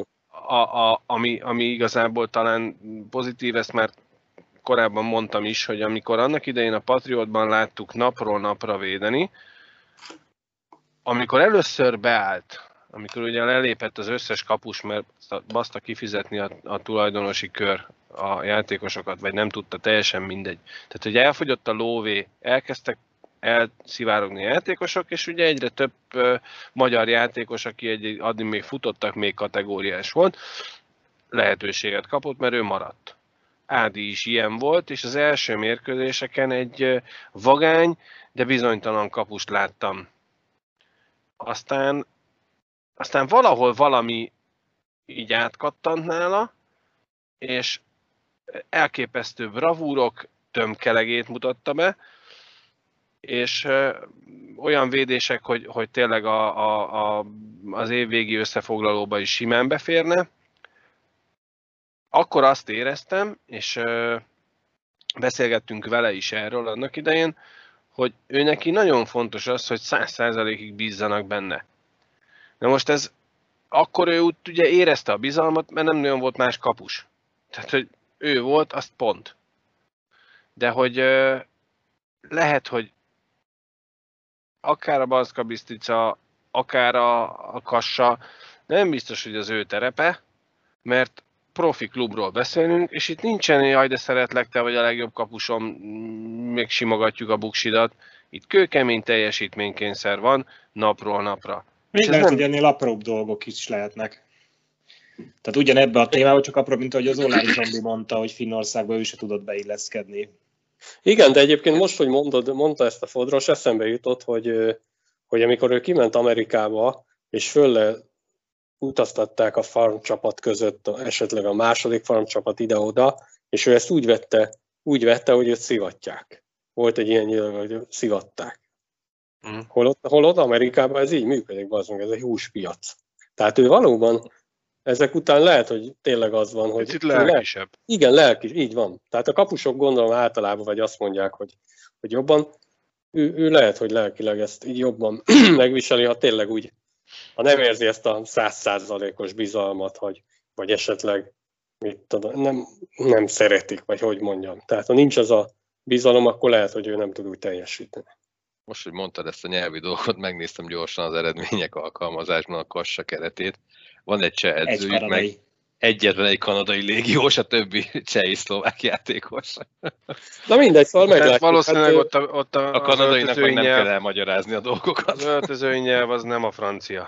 S2: ami igazából talán pozitív, ezt már korábban mondtam is, hogy amikor annak idején a Patriotban láttuk napról napra védeni, amikor először beállt, amikor ugye lelépett az összes kapus, mert baszta kifizetni a tulajdonosi kör a játékosokat, vagy nem tudta, teljesen mindegy. Tehát, hogy elfogyott a lóvé, elkezdtek elszivárogni a játékosok, és ugye egyre több magyar játékos, aki addig még futottak, még kategóriás volt, lehetőséget kapott, mert ő maradt. Ádi is ilyen volt, és az első mérkőzéseken egy vagány, de bizonytalan kapust láttam. Aztán valahol valami így átkattant nála, és elképesztő bravúrok tömkelegét mutatta be, és olyan védések, hogy tényleg az évvégi összefoglalóba is simán beférne. Akkor azt éreztem, és beszélgettünk vele is erről annak idején, hogy ő neki nagyon fontos az, hogy 100%-ig bízzanak benne. Na most akkor ő úgy ugye érezte a bizalmat, mert nem nagyon volt más kapus. Tehát, hogy ő volt, azt pont. De hogy lehet, hogy akár a Baszka Bisztica, akár a Kassa, nem biztos, hogy az ő terepe, mert profi klubról beszélünk, és itt nincsen jaj, de szeretlek, te vagy a legjobb kapusom, megsimogatjuk a buksidat. Itt kőkemény teljesítménykényszer van napról napra.
S5: Még lehet, hogy ennél apróbb dolgok is lehetnek. Tehát ugyanebbe a témában, csak apróbb, mint ahogy az Olári Zombi mondta, hogy Finnországban ő se tudott beilleszkedni.
S4: Igen, de egyébként most, hogy mondta ezt a Fodros, eszembe jutott, hogy amikor ő kiment Amerikába, és fölle utaztatták a farmcsapat között, esetleg a második farmcsapat ide-oda, és ő ezt úgy vette, hogy őt szivatják. Volt egy ilyen nyilván, hogy szivatták. Holott Amerikában ez így működik, bazdmeg, ez egy húspiac. Tehát ő valóban ezek után lehet, hogy tényleg az van, hogy...
S2: Itt lelkisebb.
S4: Igen, lelkis, így van. Tehát a kapusok gondolom általában vagy azt mondják, hogy jobban, ő lehet, hogy lelkileg ezt így jobban megviseli, ha tényleg úgy, ha nem érzi ezt a 100%-os bizalmat, vagy esetleg mit tudom, nem szeretik, vagy hogy mondjam. Tehát ha nincs az a bizalom, akkor lehet, hogy ő nem tud úgy teljesíteni.
S3: Most, hogy mondtad ezt a nyelvi dolgot, megnéztem gyorsan az eredmények alkalmazásban a Kassa keretét. Van egy cseh edzőjük, meg egyetlen egy kanadai légiós, a többi cseh és szlovák játékos.
S4: Na mindegy, szóval meglátjuk.
S2: Valószínűleg ott
S3: a kanadainak meg nem kell elmagyarázni a dolgokat.
S2: Az öltözői nyelv az nem a francia.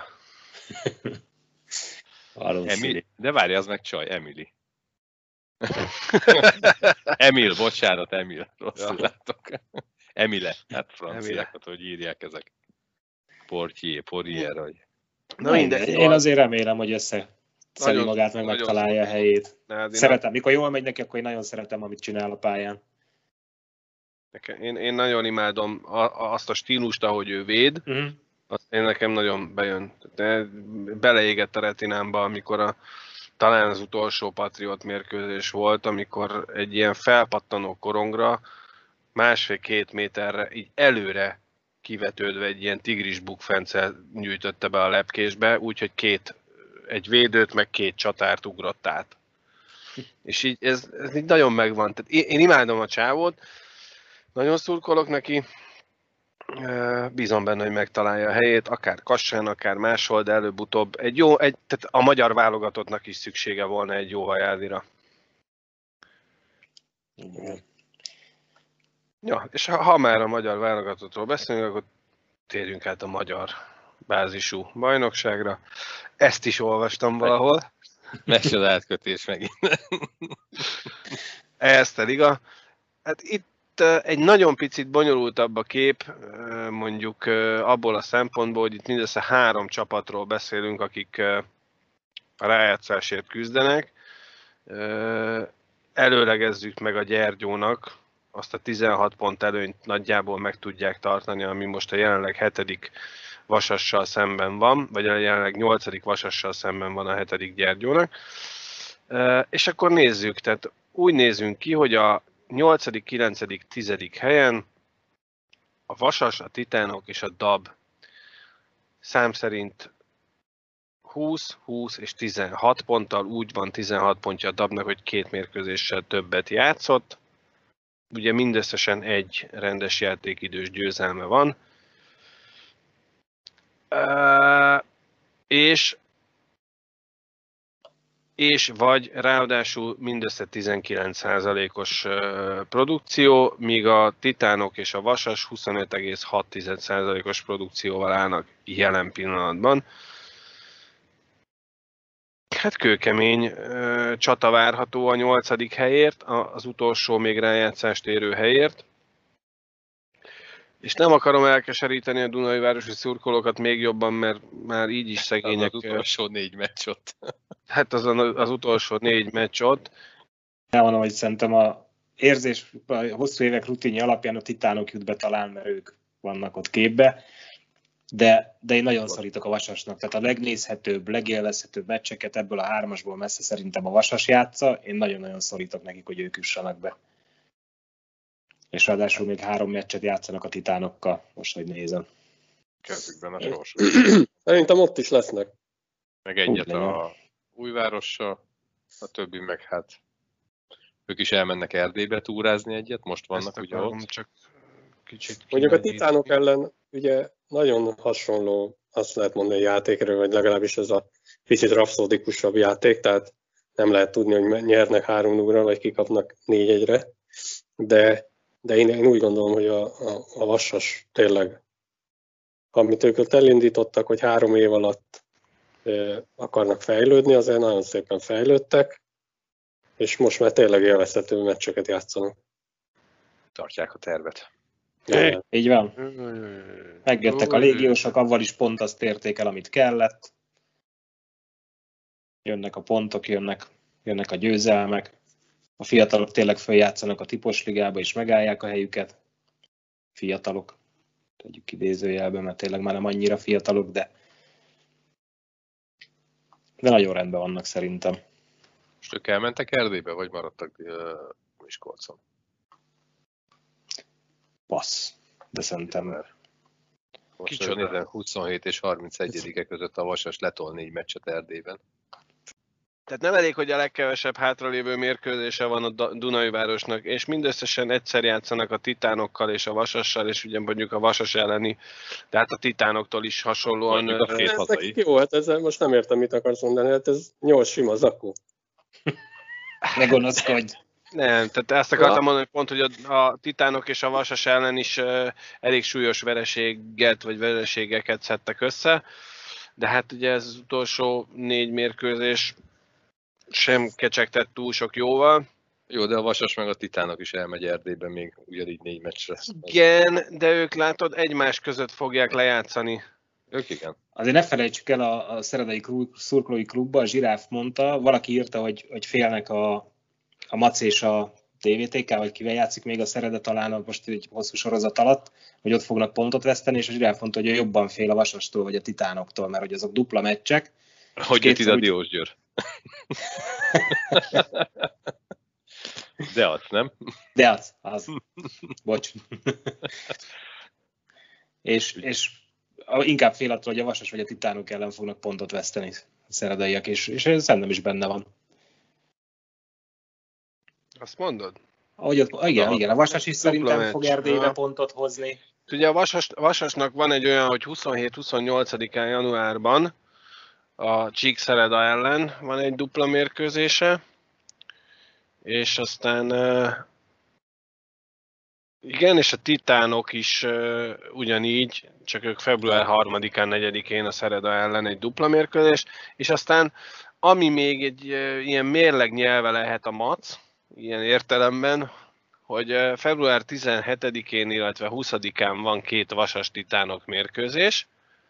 S3: De várj, az meg csaj, Emily. Emil, bocsánat, Emil. Rosszul látok. Emile, hát franciákat, hogy írják ezek. Portier, vagy...
S5: Na mindegy. Én azért remélem, hogy szedi magát, meg megtalálja a helyét. Szeretem, mikor jól megy neki, akkor én nagyon szeretem, amit csinál a pályán.
S2: Én nagyon imádom azt a stílust, ahogy ő véd. Én nekem nagyon bejön. De beleégett a retinámba, amikor talán az utolsó Patriot mérkőzés volt, amikor egy ilyen felpattanó korongra 1,5-2 méterre így előre kivetődve egy ilyen tigris bukfencel nyújtotta be a lepkésbe, úgyhogy egy védőt, meg 2 csatárt ugrott át. És így ez így nagyon megvan. Tehát én imádom a csávót, nagyon szurkolok neki, bízom benne, hogy megtalálja a helyét, akár Kassán, akár máshol, de előbb-utóbb tehát a magyar válogatottnak is szüksége volna egy jó hajádira. Ja, és ha már a magyar válogatottról beszélünk, akkor térjünk át a magyar bázisú bajnokságra. Ezt is olvastam valahol.
S3: Meccsod átkötés megint.
S2: Ezt liga. Hát itt egy nagyon picit bonyolultabb a kép, mondjuk abból a szempontból, hogy itt mindössze 3 csapatról beszélünk, akik a rájátszásért küzdenek. Előlegezzük meg a Gyergyónak, azt a 16 pont előnyt nagyjából meg tudják tartani, ami most a jelenleg 7. Vasassal szemben van, vagy a jelenleg 8. Vasassal szemben van a 7. Gyergyónak. És akkor nézzük, tehát úgy nézünk ki, hogy a 8., 9., 10. helyen a Vasas, a Titánok és a DAB szám szerint 20, 20 és 16 ponttal, úgy van 16 pontja a DAB-nak, hogy 2 mérkőzéssel többet játszott. Ugye mindösszesen egy rendes játékidős győzelme van. És vagy ráadásul mindössze 19%-os produkció, míg a Titánok és a Vasas 25,6%-os produkcióval állnak jelen pillanatban. Hát kőkemény csata várható a 8. helyért, az utolsó még rájátszást érő helyért. És nem akarom elkeseríteni a Dunajvárosi szurkolókat még jobban, mert már így is szegények.
S3: Az utolsó 4 meccs ott.
S2: Hát az utolsó 4 meccs ott.
S5: Elmondom, hogy szerintem a érzés, a hosszú évek rutinja alapján a Titánok jut be talán, mert ők vannak ott képbe. De én nagyon szorítok a Vasasnak. Tehát a legnézhetőbb, legélvezhetőbb meccseket ebből a 3-asból messze szerintem a Vasas játsza. Én nagyon-nagyon szorítok nekik, hogy ők jussanak be. És ráadásul még 3 meccset játszanak a Titánokkal, most, hogy nézem.
S3: Kezükben a sors.
S4: Szerintem ott is lesznek.
S3: Meg egyet a Újvárossal, a többi meg hát ők is elmennek Erdélybe túrázni egyet, most vannak ugye ott.
S2: Csak kicsit
S4: mondjuk a Titánok ellen ugye nagyon hasonló, azt lehet mondani, játékról, vagy legalábbis ez a picit rapszódikusabb játék, tehát nem lehet tudni, hogy nyernek 3-0-ra, vagy kikapnak 4-1-re, de én úgy gondolom, hogy a Vasas tényleg, amit ők ott elindítottak, hogy 3 év alatt akarnak fejlődni, azért nagyon szépen fejlődtek, és most már tényleg élvezhető meccseket játszanak.
S3: Tartják a tervet.
S5: Így van. Megjöttek a légiósok, avval is pont azt érték el, amit kellett. Jönnek a pontok, jönnek a győzelmek. A fiatalok tényleg feljátszanak a tipos ligába, és megállják a helyüket. Fiatalok. Tegyük idézőjelben, mert tényleg már nem annyira fiatalok, de nagyon rendben vannak szerintem.
S3: Most ők elmentek Erdélybe, vagy maradtak Miskolcon?
S5: Passz. De szerintem...
S3: Most nézem, 27 és 31-e között a Vasas letol 4 meccset Erdélyben.
S2: Tehát nem elég, hogy a legkevesebb hátralévő mérkőzése van a Dunajvárosnak, és mindösszesen egyszer játszanak a Titánokkal és a Vasassal, és ugye mondjuk a Vasas elleni, tehát a Titánoktól is hasonlóan...
S4: Ez nekik jó volt, ezzel most nem értem, mit akarsz mondani, hát ez 8 sima zakó.
S5: Ne gonoszkodj!
S2: Nem, tehát ezt akartam mondani pont, hogy a Titánok és a Vasas ellen is elég súlyos vereségeket szedtek össze, de hát ugye ez az utolsó 4 mérkőzés sem kecsegtett túl sok jóval.
S3: Jó, de a Vasas meg a Titánok is elmegy Erdélybe még ugyanígy 4 meccsre.
S2: Igen, de ők látod egymás között fogják lejátszani.
S3: Ők igen.
S5: Azért ne felejtsük el a Szeredai Szurkolói Klubba, a Zsiráf mondta, valaki írta, hogy félnek a Mac és a TVTK, vagy kivel játszik még a Szereda talán most egy hosszú sorozat alatt, hogy ott fognak pontot veszteni, és a Zsiráf mondta, hogy ő jobban fél a Vasastól, vagy a Titánoktól, mert hogy azok dupla meccsek.
S3: Hogy jött ide a Diósgyőr? De az, nem?
S5: De az. Bocs. és inkább fél attól, hogy a Vasas vagy a Titánok ellen fognak pontot veszteni a szeredaiak, és ez szerintem is benne van.
S2: Azt mondod?
S5: Igen, a Vasas is szerintem fog Erdélybe pontot hozni.
S2: Ugye a Vasasnak van egy olyan, hogy 27-28-án januárban a Csíkszereda ellen van egy dupla mérkőzése, és aztán igen, és a Titánok is ugyanígy, csak ők február 3-án, 4-én a Szereda ellen egy dupla mérkőzés, és aztán ami még egy ilyen mérleg nyelve lehet a Mac, ilyen értelemben, hogy február 17-én, illetve 20-án van 2 Vasas Titánok mérkőzés,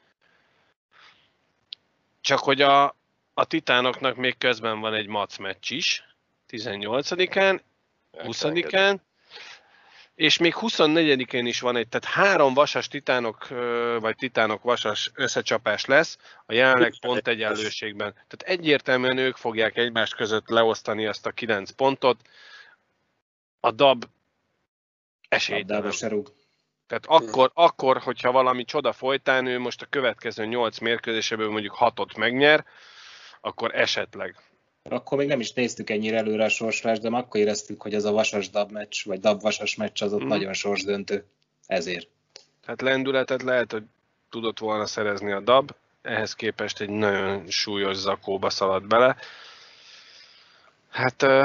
S2: csak hogy a Titánoknak még közben van egy Mac meccs is, 18-án, 20-án, és még 24-én is van egy, tehát 3 Vasas Titánok, vagy Titánok Vasas összecsapás lesz a jelenleg pont egyenlőségben. Tehát egyértelműen ők fogják egymás között leosztani azt a 9 pontot. A DAB esélytelen. Tehát akkor, hogyha valami csoda folytán, ő most a következő 8 mérkőzéseből mondjuk 6-ot megnyer, akkor esetleg.
S5: Akkor még nem is néztük ennyire előre a sorsolást, de akkor éreztük, hogy az a Vasas-Dab meccs, vagy Dab-Vasas meccs az ott nagyon sorsdöntő. Ezért.
S2: Hát lendületet lehet, hogy tudott volna szerezni a Dab, ehhez képest egy nagyon súlyos zakóba szaladt bele. Hát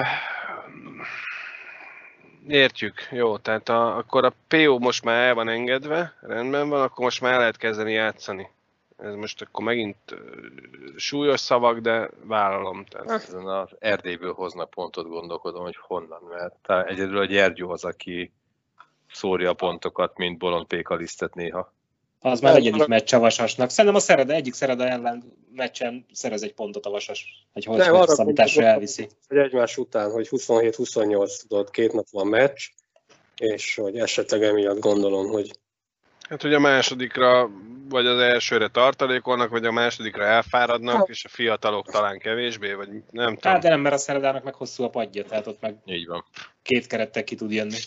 S2: értjük, jó, tehát akkor a PO most már el van engedve, rendben van, akkor most már el lehet kezdeni játszani. Ez most akkor megint súlyos szavak, de vállalom. Tehát.
S3: Ezen az Erdélyből hoznak pontot, gondolkodom, hogy honnan, mert egyedül a Gyergyó az, aki szórja a pontokat, mint Bolond Péka Lisztet néha.
S5: Az már negyedik meccs a Vasasnak. Szerintem egyik Szereda ellen meccsen szerez egy pontot a Vasas. Egy hosszú elviszi.
S4: Hogy egymás után, hogy 27-28 tudod, 2 nap van meccs, és hogy esetleg emiatt gondolom, hogy...
S2: Hát, hogy a másodikra, vagy az elsőre tartalékolnak, vagy a másodikra elfáradnak, és a fiatalok talán kevésbé, vagy nem tudom.
S5: Hát de nem, mert a Szeredának meg hosszú a padja, tehát ott meg
S3: így van.
S5: 2 kerettel ki tud jönni.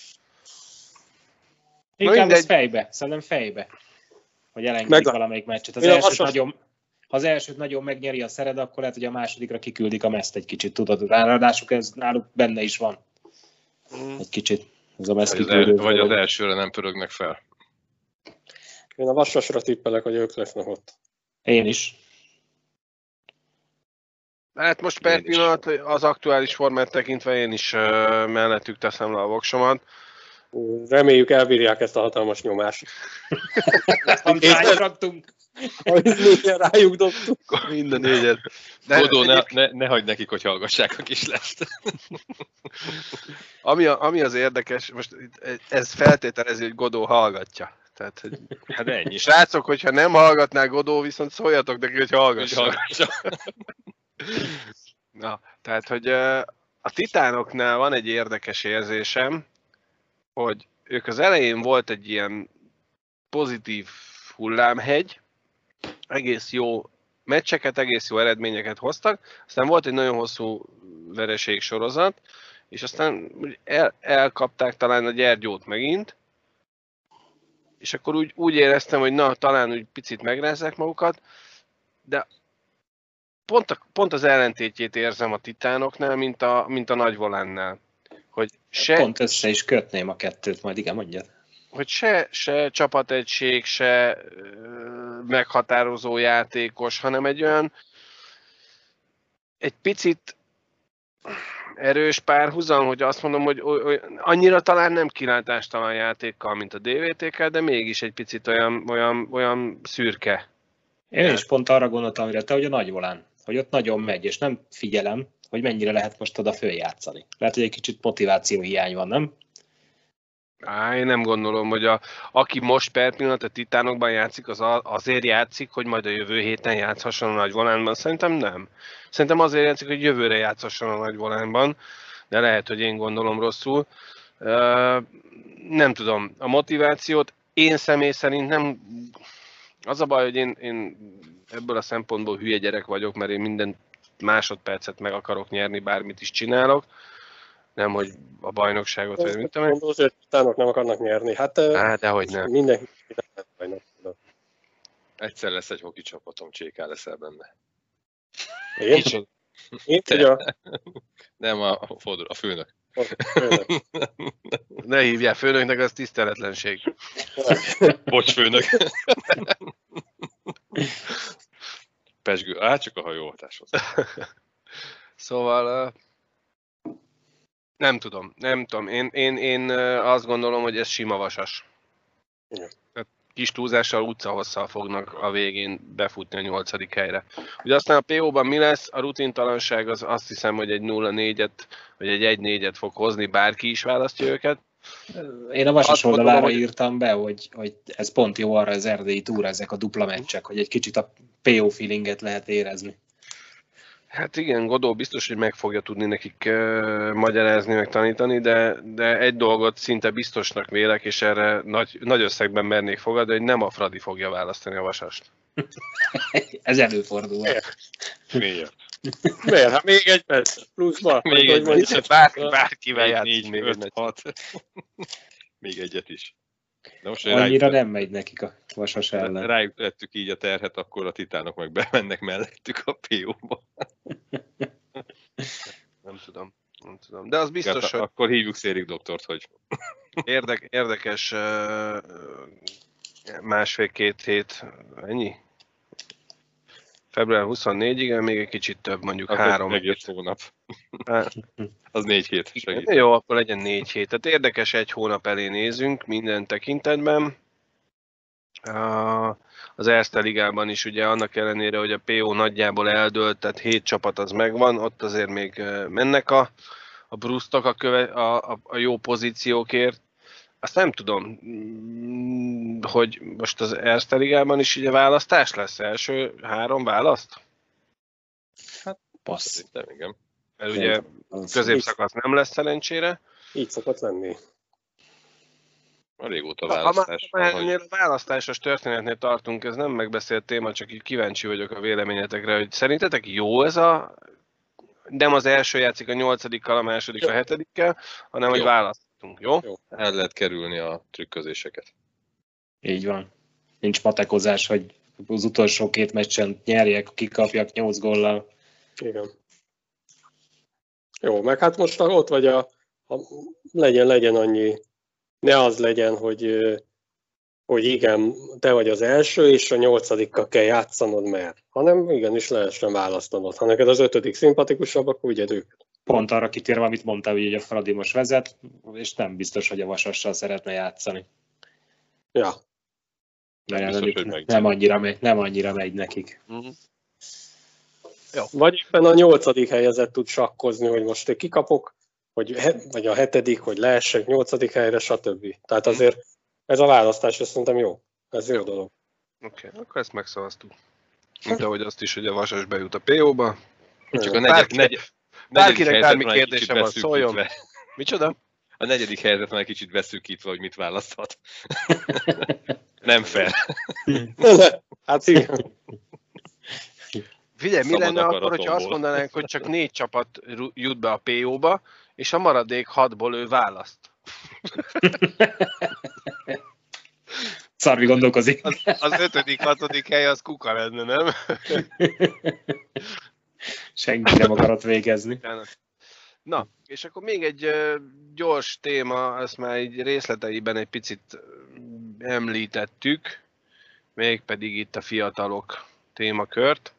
S5: Inkább ez fejbe, szerintem fejbe, hogy elengedik valamelyik meccset. Az elsőt nagyon megnyeri a Szereda, akkor lehet, hogy a másodikra kiküldik a meszt egy kicsit, tudod. Ráadásul ez náluk benne is van. Egy kicsit. Ez a meszt kiküldő.
S3: Vagy az elsőre nem pörögnek fel.
S4: Én a Vasasra tippelek, hogy ők lesznek ott.
S5: Én is.
S2: Hát most per pillanat az aktuális formát tekintve én is mellettük teszem le a voksomat.
S4: Reméljük elbírják ezt a hatalmas nyomást.
S5: Amit rájuk raktunk.
S4: Rájuk dobtuk.
S2: Minden négyet.
S3: Godó, ne hagyd nekik, hogy hallgassák a kis lest.
S2: Ami az érdekes, most ez feltételezi, hogy Godó hallgatja. Tehát, hogy
S3: Hát ennyi.
S2: srácok, hogyha nem hallgatná Godó, viszont szóljatok neki, hogy hallgassa. Na, tehát, hogy a Titánoknál van egy érdekes érzésem, hogy ők az elején volt egy ilyen pozitív hullámhegy, egész jó meccseket, egész jó eredményeket hoztak, aztán volt egy nagyon hosszú vereség sorozat, és aztán elkapták talán a Gyergyót megint, és akkor úgy éreztem, hogy na, talán úgy picit megrázzák magukat, de pont az ellentétjét érzem a Titánoknál, mint a Nagy Volánnál. Hogy
S5: Pont össze is kötném a kettőt, majd igen, mondjad.
S2: Hogy se csapategység, se meghatározó játékos, hanem egy picit erős párhuzam, hogy azt mondom, hogy annyira talán nem kilátástalan játékkal, mint a DVTK, de mégis egy picit olyan szürke.
S5: Én is pont arra gondoltam, amire te, hogy a Nagy Volán, hogy ott nagyon megy, és nem figyelem, hogy mennyire lehet most oda följátszani. Lehet, hogy egy kicsit motiváció hiány van, nem?
S2: Én nem gondolom, hogy aki most per pillanat a Titánokban játszik, az azért játszik, hogy majd a jövő héten játszhasson a Nagy Volánban. Szerintem nem. Szerintem azért játszik, hogy jövőre játszhasson a Nagy Volánban, de lehet, hogy én gondolom rosszul. Nem tudom, a motivációt én személy szerint nem... Az a baj, hogy én ebből a szempontból hülye gyerek vagyok, mert én minden másodpercet meg akarok nyerni, bármit is csinálok. Nem, hogy a bajnokságot, vagy mit tudom.
S4: Gondolsz, hogy a Titánok nem akarnak nyerni. Hát
S2: dehogy nem.
S4: Mindenki bajnok.
S3: Egyszer lesz egy hoki csapatom, Cséká leszel benne.
S4: Én? Én tudja?
S3: Nem, a főnök.
S2: Ne hívjál főnöknek, az tiszteletlenség.
S3: Bocs, főnök. Pezsgő, csak a hajóhatáshoz.
S2: Szóval nem tudom. Én azt gondolom, hogy ez sima vasas.
S4: Igen.
S2: Kis túlzással, utcahosszal fognak a végén befutni a 8. helyre. Ugye aztán a PO-ban mi lesz? A rutintalanság az azt hiszem, hogy egy 0-4-et, vagy egy 1-4-et fog hozni, bárki is választja őket.
S5: Én a vasas oldalára írtam be, hogy ez pont jó arra az erdélyi túra, ezek a dupla meccsek, hogy egy kicsit a PO feelinget lehet érezni.
S2: Hát igen, Godó biztos, hogy meg fogja tudni nekik magyarázni, meg tanítani, de egy dolgot szinte biztosnak vélek, és erre nagy összegben mernék fogadni, hogy nem a Fradi fogja választani a vasast.
S5: Ez előfordul.
S3: Miért?
S4: Miért? Hát még egy perc pluszban.
S3: Még egy
S2: Mondjuk, bárkivel játszik még
S3: 4,
S2: egy
S3: 5, 6. Még egyet is. De most,
S5: annyira nem megy nekik a vasas ellen.
S3: Rájuk lettük így a terhet, akkor a Titánok meg bemennek mellettük a PO-ba.
S2: Nem tudom. De az biztos, hogy
S3: akkor hívjuk Szérik doktort, hogy...
S2: érdekes másfél-két hét, ennyi? Február 24-ig, még egy kicsit több, mondjuk 3
S3: hét. Hónap. Az 4 hét. Segít.
S2: Jó, akkor legyen 4 hét. Tehát érdekes, egy hónap elé nézünk minden tekintetben. Az Erste Ligában is ugye annak ellenére, hogy a PO nagyjából eldőlt, tehát 7 csapat az megvan, ott azért még mennek a brusztok a jó pozíciókért. Azt nem tudom, hogy most az Erste Ligában is ugye választás lesz? Első 3 választ?
S3: Hát passz. Igen.
S2: Mert ugye középszakasz nem lesz szerencsére.
S4: Így szokott lenni.
S3: A régóta választás.
S2: Ha ennél a választásos történetnél tartunk, ez nem megbeszélt téma, csak így kíváncsi vagyok a véleményetekre, hogy szerintetek jó ez a... Nem az első játszik a 8-kal, a második a 7-kkel, hanem hogy választunk, jó?
S3: El lehet kerülni a trükközéseket.
S5: Így van. Nincs matekozás, hogy az utolsó 2 meccsen nyerjek, kikapjak 8 góllal.
S4: Igen. Jó, meg hát most ott vagy legyen annyi, ne az legyen, hogy hogy igen, te vagy az első, és a 8-dikkal kell játszanod, mert hanem igenis lehessen választanod. Ha neked az 5. szimpatikusabb, akkor vigyed őket.
S5: Pont arra kitérve, amit mondtál, hogy a Fradi most vezet, és nem biztos, hogy a Vasassal szeretne játszani.
S4: Ja.
S5: Nem annyira megy nekik.
S2: Uh-huh. Jó.
S4: Vagy éppen a 8. helyezett tud sakkozni, hogy most kikapok, vagy a 7., hogy leessek 8. helyre, stb. Tehát azért ez a választás, ezt szerintem jó. Ez jó dolog.
S2: Oké, akkor ezt megszavaztuk. Mint ahogy azt is, hogy a Vasas bejut a PO-ba.
S3: Csak a
S2: Bárkinek bármi kérdése van, szóljon. Micsoda?
S3: A 4. helyzet már kicsit beszűkítve, hogy mit választhat. Nem fel.
S4: Hát igen.
S2: Figyelj, mi lenne akkor, hogyha azt mondanánk, hogy csak 4 csapat jut be a PO-ba, és a maradék 6-ból ő választ.
S5: Szarvi gondolkozik.
S2: Az 5., 6. hely az kuka lenne, nem?
S5: Senki nem akarott végezni.
S2: Na, és akkor még egy gyors téma, ezt már így részleteiben egy picit említettük, mégpedig itt a fiatalok témakört.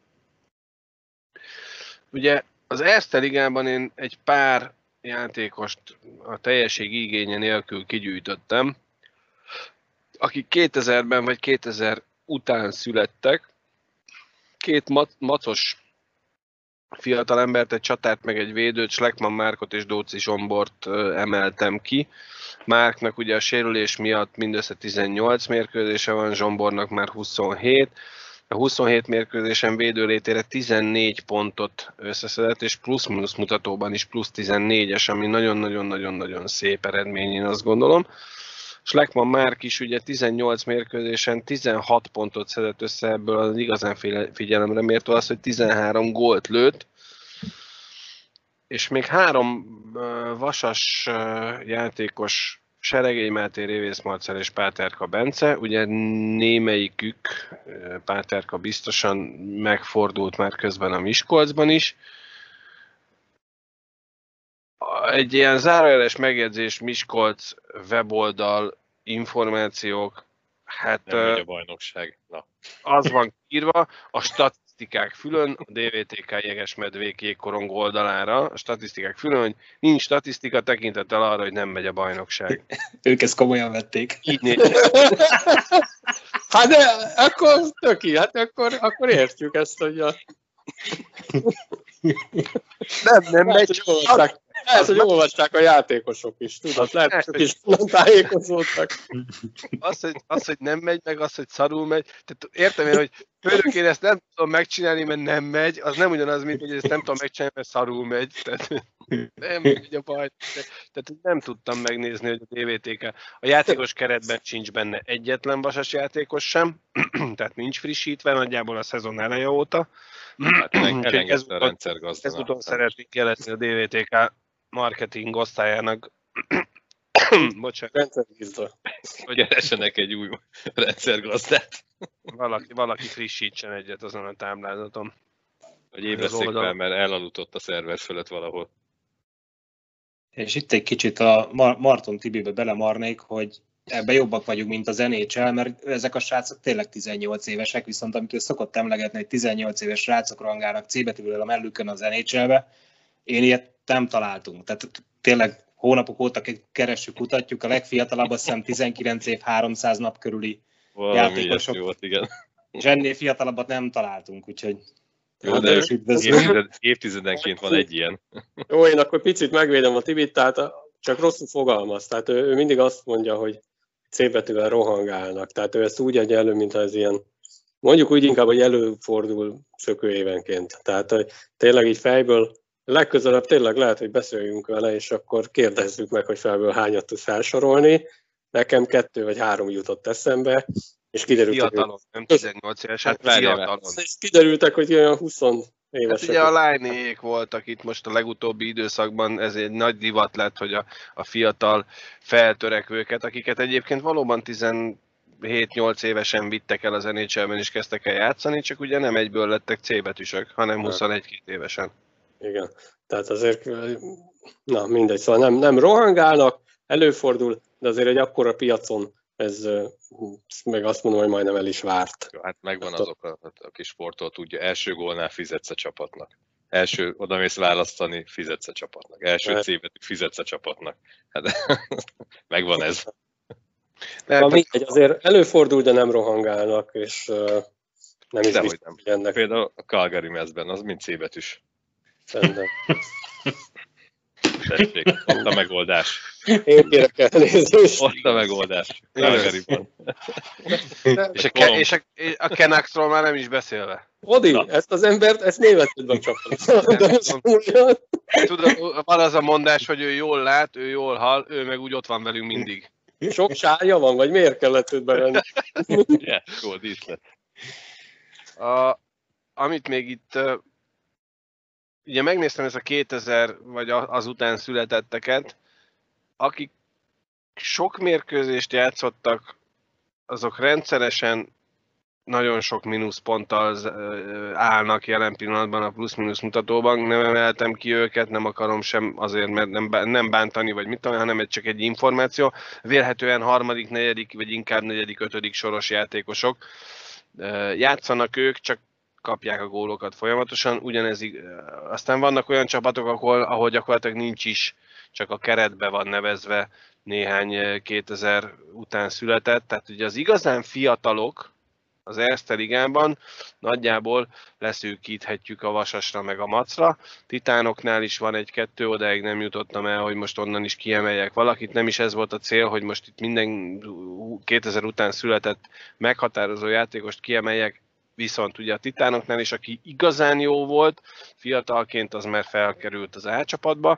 S2: Ugye az Erste Ligában én egy pár játékost a teljesség igénye nélkül kigyűjtöttem, akik 2000-ben vagy 2000 után születtek. 2 macos fiatalembert, egy csatárt meg egy védőt, Schleckmann Márkot és Dóczy Zsombort emeltem ki. Márknak ugye a sérülés miatt mindössze 18 mérkőzése van, Zsombornak már 27. A 27 mérkőzésen védőlétére 14 pontot összeszedett, és plusz-minusz mutatóban is plusz 14-es, ami nagyon-nagyon-nagyon szép eredmény, én azt gondolom. Schleckmann Márk is ugye 18 mérkőzésen 16 pontot szedett össze, ebből az igazán figyelemre mértő az, hogy 13 gólt lőtt, és még 3 vasas játékos, Seregély Máté, Révész Marcell és Páterka Bence, ugye némelyikük, Páterka biztosan megfordult már közben a Miskolcban is. Egy ilyen zárójeles megjegyzés, Miskolc weboldal, információk, hát
S3: nem megy a bajnokság. Na.
S2: Az van írva, a statisztikák fülön, a DVTK Jegesmedvék jégkorong oldalára, a statisztikák fülön, hogy nincs statisztika tekintettel arra, hogy nem megy a bajnokság.
S5: Ők ezt komolyan vették.
S2: Így négy.
S4: Hát de akkor töki, hát akkor értjük ezt, hogy a...
S2: Nem megy.
S4: Ez, hogy olvasták a játékosok is, tudod, lehet, hogy is tájékozódtak.
S2: Az, hogy nem megy, meg az, hogy szarul megy. Tehát értem én, hogy főnök, én ezt nem tudom megcsinálni, mert nem megy, az nem ugyanaz, mint hogy ezt nem tudom megcsinálni, mert szarul megy. Tehát nem megy a baj. Tehát nem tudtam megnézni, hogy a DVTK. A játékos keretben sincs benne egyetlen vasas játékos sem, tehát nincs frissítve, nagyjából a szezon eleje óta.
S3: Hát elengedte a rendszergazda.
S2: Ezúton szeretnék jelezni a DVTK marketing osztályának, bocsánat,
S4: Rendszergazda.
S3: Hogy keressenek egy új rendszergazdát.
S2: valaki frissítsen egyet azon a táblázaton.
S3: Hogy ébreszék fel, mert elalutott a szerver fölött valahol.
S5: És itt egy kicsit a Marton Tibibe belemarnék, hogy ebben jobbak vagyunk, mint az NHL, mert ezek a srácok tényleg 18 évesek, viszont amit ő szokott emlegetni, hogy 18 éves srácok rangálnak C betűvel a mellükön az NHL-be, én ilyet nem találtunk. Tehát tényleg hónapok óta keressük, kutatjuk, a legfiatalabb azt hiszem 19 év, 300 nap körüli játékosok.
S3: Volt, igen.
S5: És ennél fiatalabbat nem találtunk, úgyhogy...
S3: Jó, de évtizedenként van egy ilyen.
S4: Jó, én akkor picit megvédem a Tibit, tehát csak rosszul fogalmaz. Tehát ő mindig azt mondja, hogy C betűvel rohangálnak. Tehát ő ezt úgy adja elő, mintha ez ilyen, mondjuk úgy inkább, hogy előfordul szökőévenként. Tehát tényleg így fejből legközelebb tényleg lehet, hogy beszéljünk vele, és akkor kérdezzük meg, hogy fejből hányat tud felsorolni. Nekem 2 vagy 3 jutott eszembe, és kiderült,
S2: fiatalon, nem 18 éves, hát fiatalon.
S4: És kiderültek, hogy olyan 20 évesek.
S2: Hát ugye a lányék voltak itt most a legutóbbi időszakban, ez egy nagy divat lett, hogy a fiatal feltörekvőket, akiket egyébként valóban 17-8 évesen vittek el az NHL-ben és kezdtek el játszani, csak ugye nem egyből lettek C betűsök, hanem 21-2 évesen.
S4: Igen, tehát azért, na mindegy, szóval nem rohangálnak, előfordul, de azért egy akkora piacon ez meg azt mondom, hogy majdnem el is várt.
S3: Hát megvan azok, aki sportol tudja, első gólnál fizetsz a csapatnak. Első odamész választani, fizetsz a csapatnak. Első C-betű fizetsz a csapatnak. Hát, megvan ez.
S4: Mindegy, azért előfordul, de nem rohangálnak, és nem is biztos,
S3: hogy ennek. Például a Calgary mezben, az mind C-betűs.
S4: Szerintem.
S3: Tessék, ott a megoldás.
S4: Én kérek elnézést.
S3: Ott a megoldás. Calgaryban.
S2: És a Canucksról már nem is beszélve.
S4: Odi, ezt az embert, ezt németedben csapod.
S2: Tudod, van az a mondás, hogy ő jól lát, ő jól hall, ő meg úgy ott van velünk mindig.
S4: Sok sárja van, vagy miért kellett őt bevenni?
S3: Jó díszlet.
S2: Amit még itt, ugye megnéztem ezt a 2000 vagy azután születetteket, akik sok mérkőzést játszottak, azok rendszeresen nagyon sok mínuszponttal állnak jelen pillanatban a plusz-minusz mutatóban. Nem emeltem ki őket, nem akarom sem azért, mert nem bántani, vagy mit tudom, hanem csak egy információ. Vélhetően harmadik, negyedik, vagy inkább negyedik, ötödik soros játékosok. Játszanak ők, csak kapják a gólokat folyamatosan. Ugyanez, aztán vannak olyan csapatok, ahol gyakorlatilag nincs is, csak a keretbe van nevezve néhány 2000 után született. Tehát ugye az igazán fiatalok az Erste Ligában nagyjából leszűkíthetjük a Vasasra meg a Macra. Titánoknál is van egy-kettő, odáig nem jutottam el, hogy most onnan is kiemeljek valakit. Nem is ez volt a cél, hogy most itt minden 2000 után született meghatározó játékost kiemeljek, viszont ugye a Titánoknál is, aki igazán jó volt, fiatalként az már felkerült az A csapatba,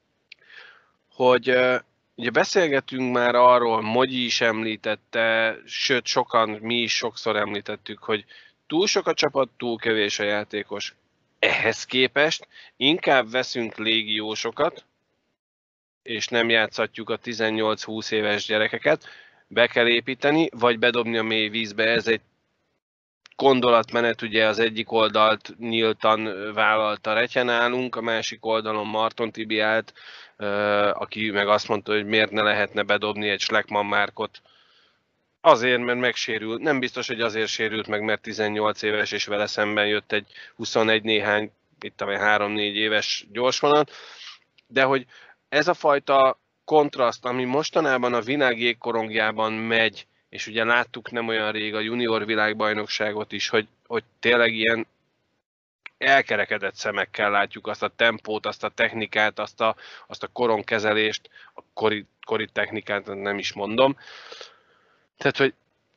S2: hogy ugye beszélgetünk már arról, Mogyi is említette, sőt sokan, mi is sokszor említettük, hogy túl sok a csapat, túl kevés a játékos. Ehhez képest inkább veszünk légiósokat, és nem játszatjuk a 18-20 éves gyerekeket, be kell építeni, vagy bedobni a mély vízbe. Ez egy gondolatmenet, ugye az egyik oldalt nyíltan vállalta Retye nálunk, a másik oldalon Marton Tibi állt, aki meg azt mondta, hogy miért ne lehetne bedobni egy Schleckmann Márkot. Azért, mert megsérült. Nem biztos, hogy azért sérült meg, mert 18 éves, és vele szemben jött egy 21 néhány, itt 3-4 éves gyorsvonat. De hogy ez a fajta kontraszt, ami mostanában a világ jégkorongjában megy, és ugye láttuk nem olyan rég a junior világbajnokságot is, hogy tényleg ilyen elkerekedett szemekkel látjuk azt a tempót, azt a technikát, azt a koronkezelést, a kori technikát nem is mondom. Tehát, hogy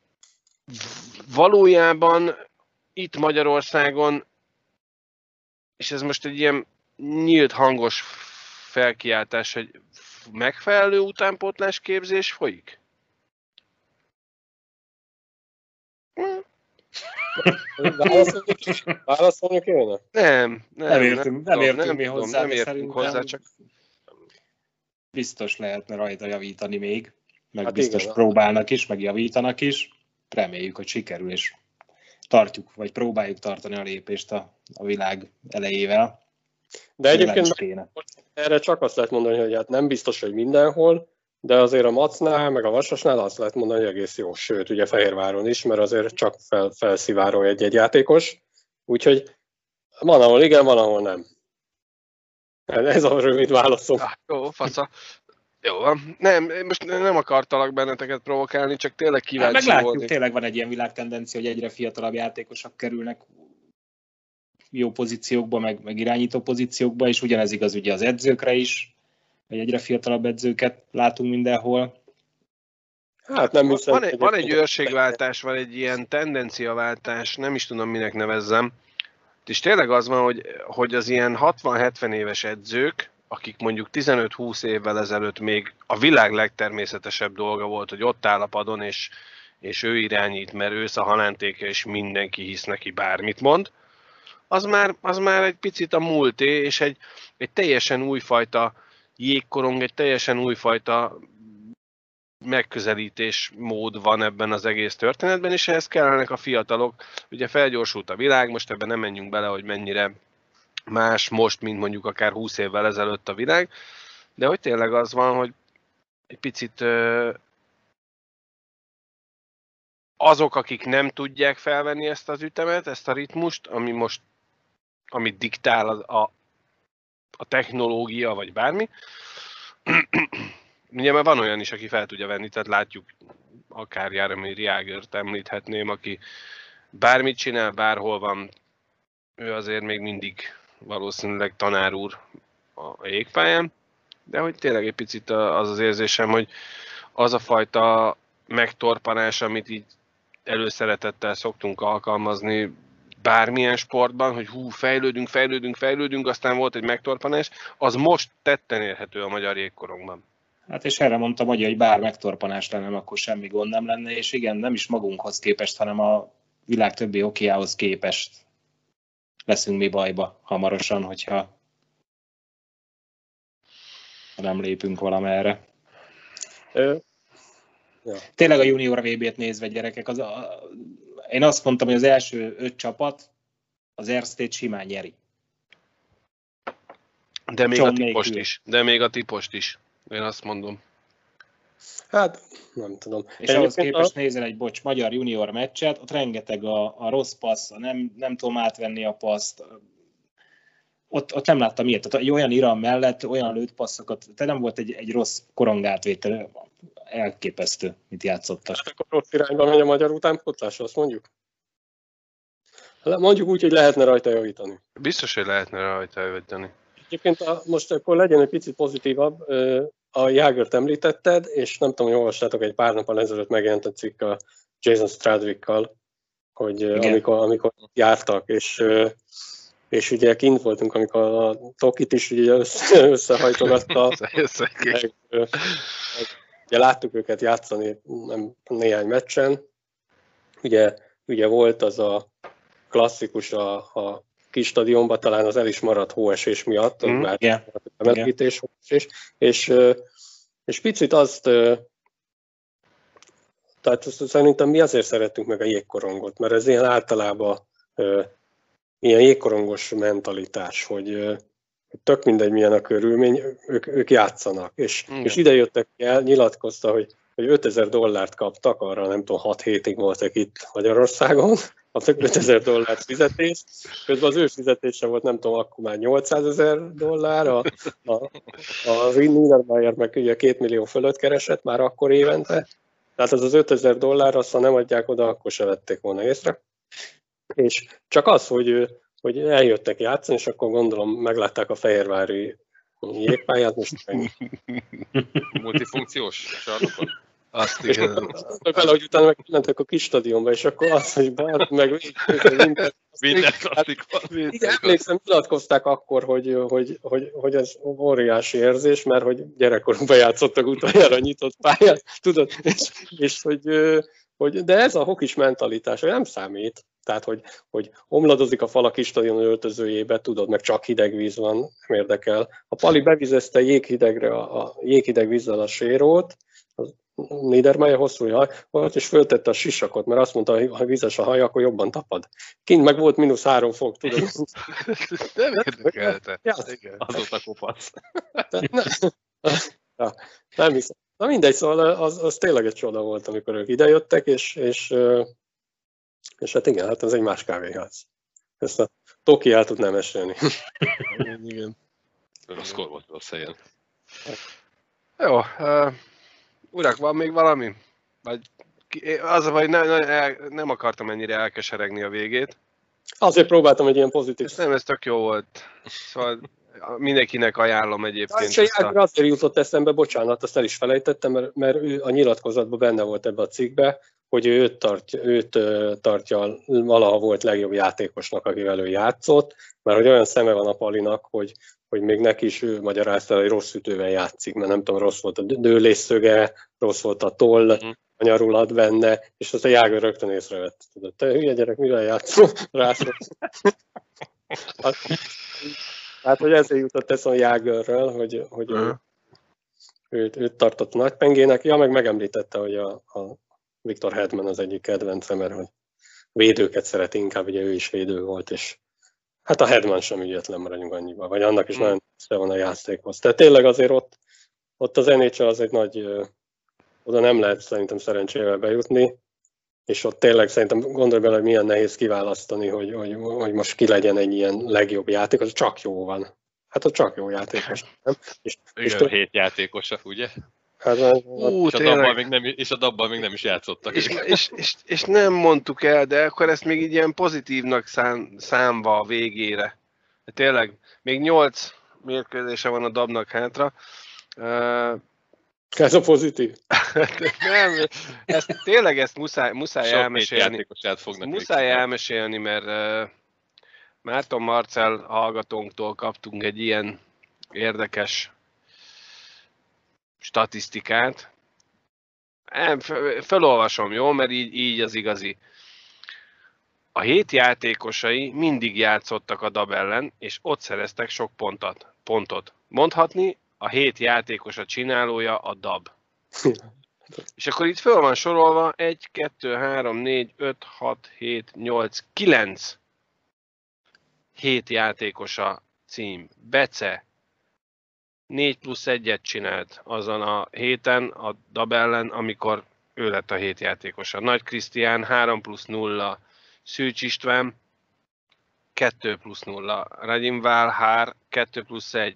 S2: valójában itt Magyarországon, és ez most egy ilyen nyílt hangos felkiáltás, hogy megfelelő utánpótlás képzés folyik?
S4: Válaszolni kéne?
S5: Nem értünk mi hozzá,
S2: nem értünk hozzá, csak
S5: biztos lehetne rajta javítani még, meg
S4: Hát
S5: biztos
S4: igen,
S5: próbálnak is, meg javítanak is. Reméljük, hogy sikerül, és tartjuk, vagy próbáljuk tartani a lépést a világ elejével.
S4: De egyébként erre csak azt lehet mondani, hogy hát nem biztos, hogy mindenhol, de azért a Macnál, meg a Vasasnál azt lehet mondani, hogy egész jó. Sőt, ugye Fehérváron is, mert azért csak felszivárol egy játékos. Úgyhogy van, ahol igen, van, ahol nem. Ez a rövid válaszom.
S2: Jó, fasza. Jó van. Nem, most nem akartalak benneteket provokálni, csak tényleg kíváncsi
S5: meglátjuk,
S2: volni.
S5: Tényleg van egy ilyen világtendencia, hogy egyre fiatalabb játékosok kerülnek jó pozíciókba, meg irányító pozíciókba, és ugyanez igaz ugye az edzőkre is, hogy egyre fiatalabb edzőket látunk mindenhol.
S4: Hát nem hiszem.
S2: Van egy őrségváltás, van egy ilyen tendenciaváltás, nem is tudom minek nevezzem. És tényleg az van, hogy az ilyen 60-70 éves edzők, akik mondjuk 15-20 évvel ezelőtt még a világ legtermészetesebb dolga volt, hogy ott áll a padon, és ő irányít, mert ő a halántéke, és mindenki hisz neki bármit mond, az már egy picit a múlté, és egy teljesen újfajta jégkorong, egy teljesen újfajta megközelítés mód van ebben az egész történetben, és ehhez kellenek a fiatalok. Ugye felgyorsult a világ, most ebben nem menjünk bele, hogy mennyire más most, mint mondjuk akár 20 évvel ezelőtt a világ, de hogy tényleg az van, hogy egy picit azok, akik nem tudják felvenni ezt az ütemet, ezt a ritmust, amit diktál a technológia, vagy bármi. Ugye már van olyan is, aki fel tudja venni, tehát látjuk, akár Jaromír Jágert említhetném, aki bármit csinál, bárhol van, ő azért még mindig valószínűleg tanár úr a jégpályán, de hogy tényleg egy picit az érzésem, hogy az a fajta megtorpanás, amit így előszeretettel szoktunk alkalmazni bármilyen sportban, hogy fejlődünk, aztán volt egy megtorpanás, az most tetten érhető a magyar jégkorongban.
S5: Hát és erre mondtam, hogy bár megtorpanás lenne, akkor semmi gond nem lenne, és igen, nem is magunkhoz képest, hanem a világ többi hokiához képest leszünk mi bajba hamarosan, hogyha nem lépünk valamerre.
S4: Ja.
S5: Tényleg a junior VB-t nézve, gyerekek, én azt mondtam, hogy az első 5 csapat az Erztét simán nyeri.
S2: De még a tipost is. Én azt mondom.
S4: Hát, nem tudom.
S5: És ahhoz képest nézel egy magyar junior meccset, ott rengeteg a rossz passz, nem tudom átvenni a paszt. Ott nem láttam ilyet. Tehát olyan Iran mellett olyan lőtt passzokat, te nem volt egy rossz korongátvétel, elképesztő, mit játszottak.
S4: Hát akkor rossz irányba megy a magyar utánpótlás, azt mondjuk? Mondjuk úgy, hogy lehetne rajta javítani.
S2: Biztos, hogy lehetne rajta javítani.
S4: Egyébként most akkor legyen egy picit pozitívabb. A Jágert említetted, és nem tudom, hogy olvastátok, egy pár nappal ezelőtt megjelent a cikk a Jason Stradwickkal, hogy amikor jártak, és ugye kint voltunk, amikor a Tokit is ugye összehajtogatta. Ugye láttuk őket játszani néhány meccsen. Ugye volt az a klasszikus a kis stadionban, talán az el is maradt hóesés miatt, emelítés, és picit azt, tehát szerintem mi azért szerettünk meg a jégkorongot, mert ez ilyen általában ilyen jégkorongos mentalitás, hogy tök mindegy milyen a körülmény, ők játszanak, és ide jöttek el, nyilatkozta, hogy $5000 kaptak, arra nem tudom, 6 hétig voltak itt Magyarországon, a $5000 fizetés, közben az ő fizetése volt, nem tudom, akkor már $800,000, a Niedermayer meg ugye 2 millió fölött keresett már akkor évente, tehát az $5000, azt ha nem adják oda, akkor se vették volna észre. És csak az, hogy eljöttek játszani, és akkor gondolom meglátták a fehérvári jégpályát, most ennyi.
S3: Multifunkciós sarkon.
S2: Azt igen.
S4: Vele, hogy utána megmentek a kis stadionba, és akkor az, hogy bár meg
S3: minden klasszik.
S4: Igen, emlékszem, nyilatkozták akkor, hogy ez óriási érzés, mert hogy gyerekkorunkban játszottak utoljára nyitott pályát, tudod, és hogy de ez a hokis mentalitás, hogy nem számít. Tehát, hogy omladozik a fal a kis stadion öltözőjébe, tudod, meg csak hideg víz van, nem érdekel. A Pali bevizezte jéghidegre a jéghideg vízzel a sérót, Niedermayer hosszú haj volt, és föltette a sisakot, mert azt mondta, hogy ha vizes a haj, akkor jobban tapad. Kint meg volt -3 fok, tudod.
S2: Nem érdekelte.
S3: Azóta kopasz.
S4: Nem hiszem. Na mindegy, szóval az tényleg egy csoda volt, amikor ők idejöttek, és hát igen, hát ez egy más kávéház. Ezt a Tokiát tud nem mesélni.
S2: Igen.
S3: Rosszkor volt rossz helyen.
S2: Jó, urak, van még valami? Vagy az, hogy nem akartam ennyire elkeseregni a végét.
S4: Azért próbáltam egy ilyen pozitív.
S2: Nem, ez tök jó volt. Szóval mindenkinek ajánlom egyébként.
S4: Jágr azért jutott eszembe, bocsánat, azt el is felejtettem, mert ő a nyilatkozatban benne volt ebbe a cikkbe, hogy őt tartja, valaha volt legjobb játékosnak, akivel ő játszott, mert hogy olyan szeme van a Palinak, hogy még neki is ő magyarázta, hogy rossz ütővel játszik, mert nem tudom, rossz volt a dőlésszöge, rossz volt a toll, a nyarulat benne, és azt a Jágr rögtön észrevett. Tudod, te hülye gyerek, mivel játszol? Hát, hogy ezért jutott eszembe a Jágrről, hogy őt tartott nagypengének. Ja, meg megemlítette, hogy a Victor Hedman az egyik kedvence, mert hogy védőket szeret inkább, ugye ő is védő volt, és hát a Hedman sem ügyetlen, maradjunk annyiba, vagy annak is nagyon össze van a játékhoz. Tehát tényleg azért ott az NHL az egy nagy, oda nem lehet szerintem szerencsével bejutni, és ott tényleg szerintem gondolj bele, hogy milyen nehéz kiválasztani, hogy most ki legyen egy ilyen legjobb játékos, csak jó van. Hát ott csak jó játékos, nem?
S3: Igen, 7 játékosa, ugye?
S4: Hát,
S3: És a dabban még nem is játszottak.
S2: És nem mondtuk el, de akkor ezt még így ilyen pozitívnak számva a végére. De tényleg, még 8 mérkőzése van a dabnak hátra.
S4: Ez a pozitív?
S2: Nem, ezt muszáj elmesélni. Muszáj elmesélni, mert Márton Marcell hallgatónktól kaptunk egy ilyen érdekes statisztikát. Felolvasom, jó? Mert így az igazi. A 7 játékosai mindig játszottak a DAB ellen, és ott szereztek sok pontot. Mondhatni, a 7 játékos a csinálója a DAB. És akkor itt föl van sorolva 1, 2, 3, 4, 5, 6, 7, 8, 9 7 játékos a cím. Bece 4+1-et csinált azon a héten a DAB ellen, amikor ő lett a 7 játékosa. Nagy Krisztián 3+0, Szűcs István 2+0, Radim Válhár 2+1,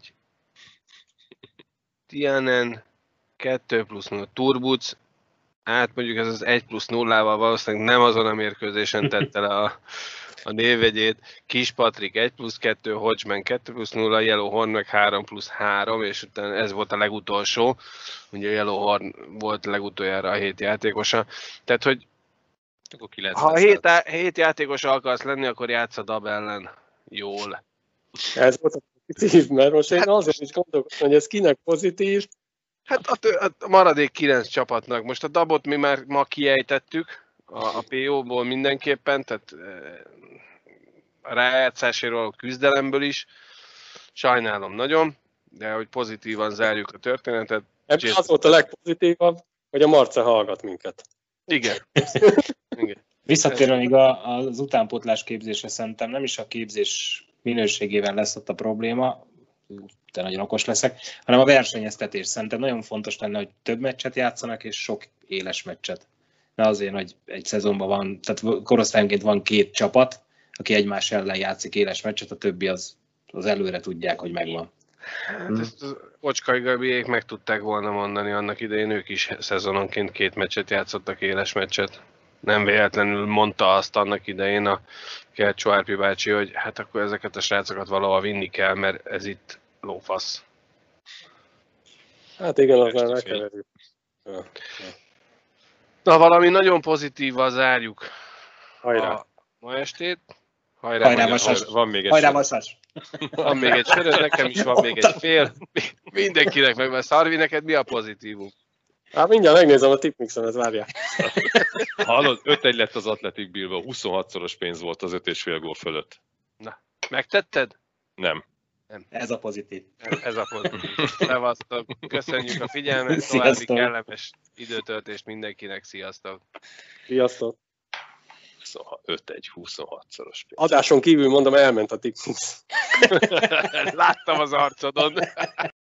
S2: Tianen 2+0, Turbuc, hát mondjuk ez az 1+0-val valószínűleg nem azon a mérkőzésen tette le a névjegyét, Kis Patrik 1+2, Hodgman 2+0, Yellowhorn meg 3+3, és utána ez volt a legutolsó, ugye Yellowhorn volt legutoljára a 7 játékosa, tehát hogy ha 7 játékosa akarsz lenni, akkor játsz a DAB ellen jól.
S4: Ez volt a pozitív, mert most én azon is gondolkodom, hogy ez kinek pozitív.
S2: Hát a maradék 9 csapatnak. Most a DAB-ot mi már ma kiejtettük, a PO-ból mindenképpen, tehát a rájátszáséról, a küzdelemből is. Sajnálom nagyon, de hogy pozitívan zárjuk a történetet.
S4: Ebből az volt a legpozitívabb, hogy a Marca hallgat minket.
S2: Igen.
S5: Visszatérve még az utánpótlás képzésre, szerintem nem is a képzés minőségével lesz ott a probléma, de nagyon okos leszek, hanem a versenyeztetés. Szerintem nagyon fontos lenne, hogy több meccset játszanak, és sok éles meccset. Ne azért, hogy egy szezonban van, tehát korosztályonként van 2 csapat, aki egymás ellen játszik éles meccset, a többi az előre tudják, hogy megvan.
S2: Hát ezt az Ocskai Gabiék meg tudták volna mondani annak idején, ők is szezononként 2 meccset játszottak, éles meccset. Nem véletlenül mondta azt annak idején a Kercsó Árpi bácsi, hogy hát akkor ezeket a srácokat valahol vinni kell, mert ez itt lófasz.
S4: Hát igen, az már megkeverjük.
S2: Na, valami nagyon pozitívval zárjuk
S4: Hajrá!
S2: ma estét.
S5: Hajrá, Vasas!
S3: Van még egy
S5: Hajrá, Vasas!
S2: Van még egy söröd, nekem is van még egy fél. Mindenkinek meg van. Szarvi, neked mi a pozitívum?
S4: Hát mindjárt megnézem a tipmixemet, várjál.
S3: Hallod, 5-1 lett az Athletic Bilbao, 26-szoros pénz volt az 5,5 gól fölött.
S2: Na, megtetted?
S3: Nem.
S5: Ez a pozitív.
S2: Ez a pozitív. Szevasztok. Köszönjük a figyelmet, további kellemes időtöltést mindenkinek. Sziasztok.
S4: Sziasztok.
S3: Szóval 5-1, 26-szoros pénz.
S4: Adáson kívül mondom, elment a tipmix.
S2: Láttam az arcodon.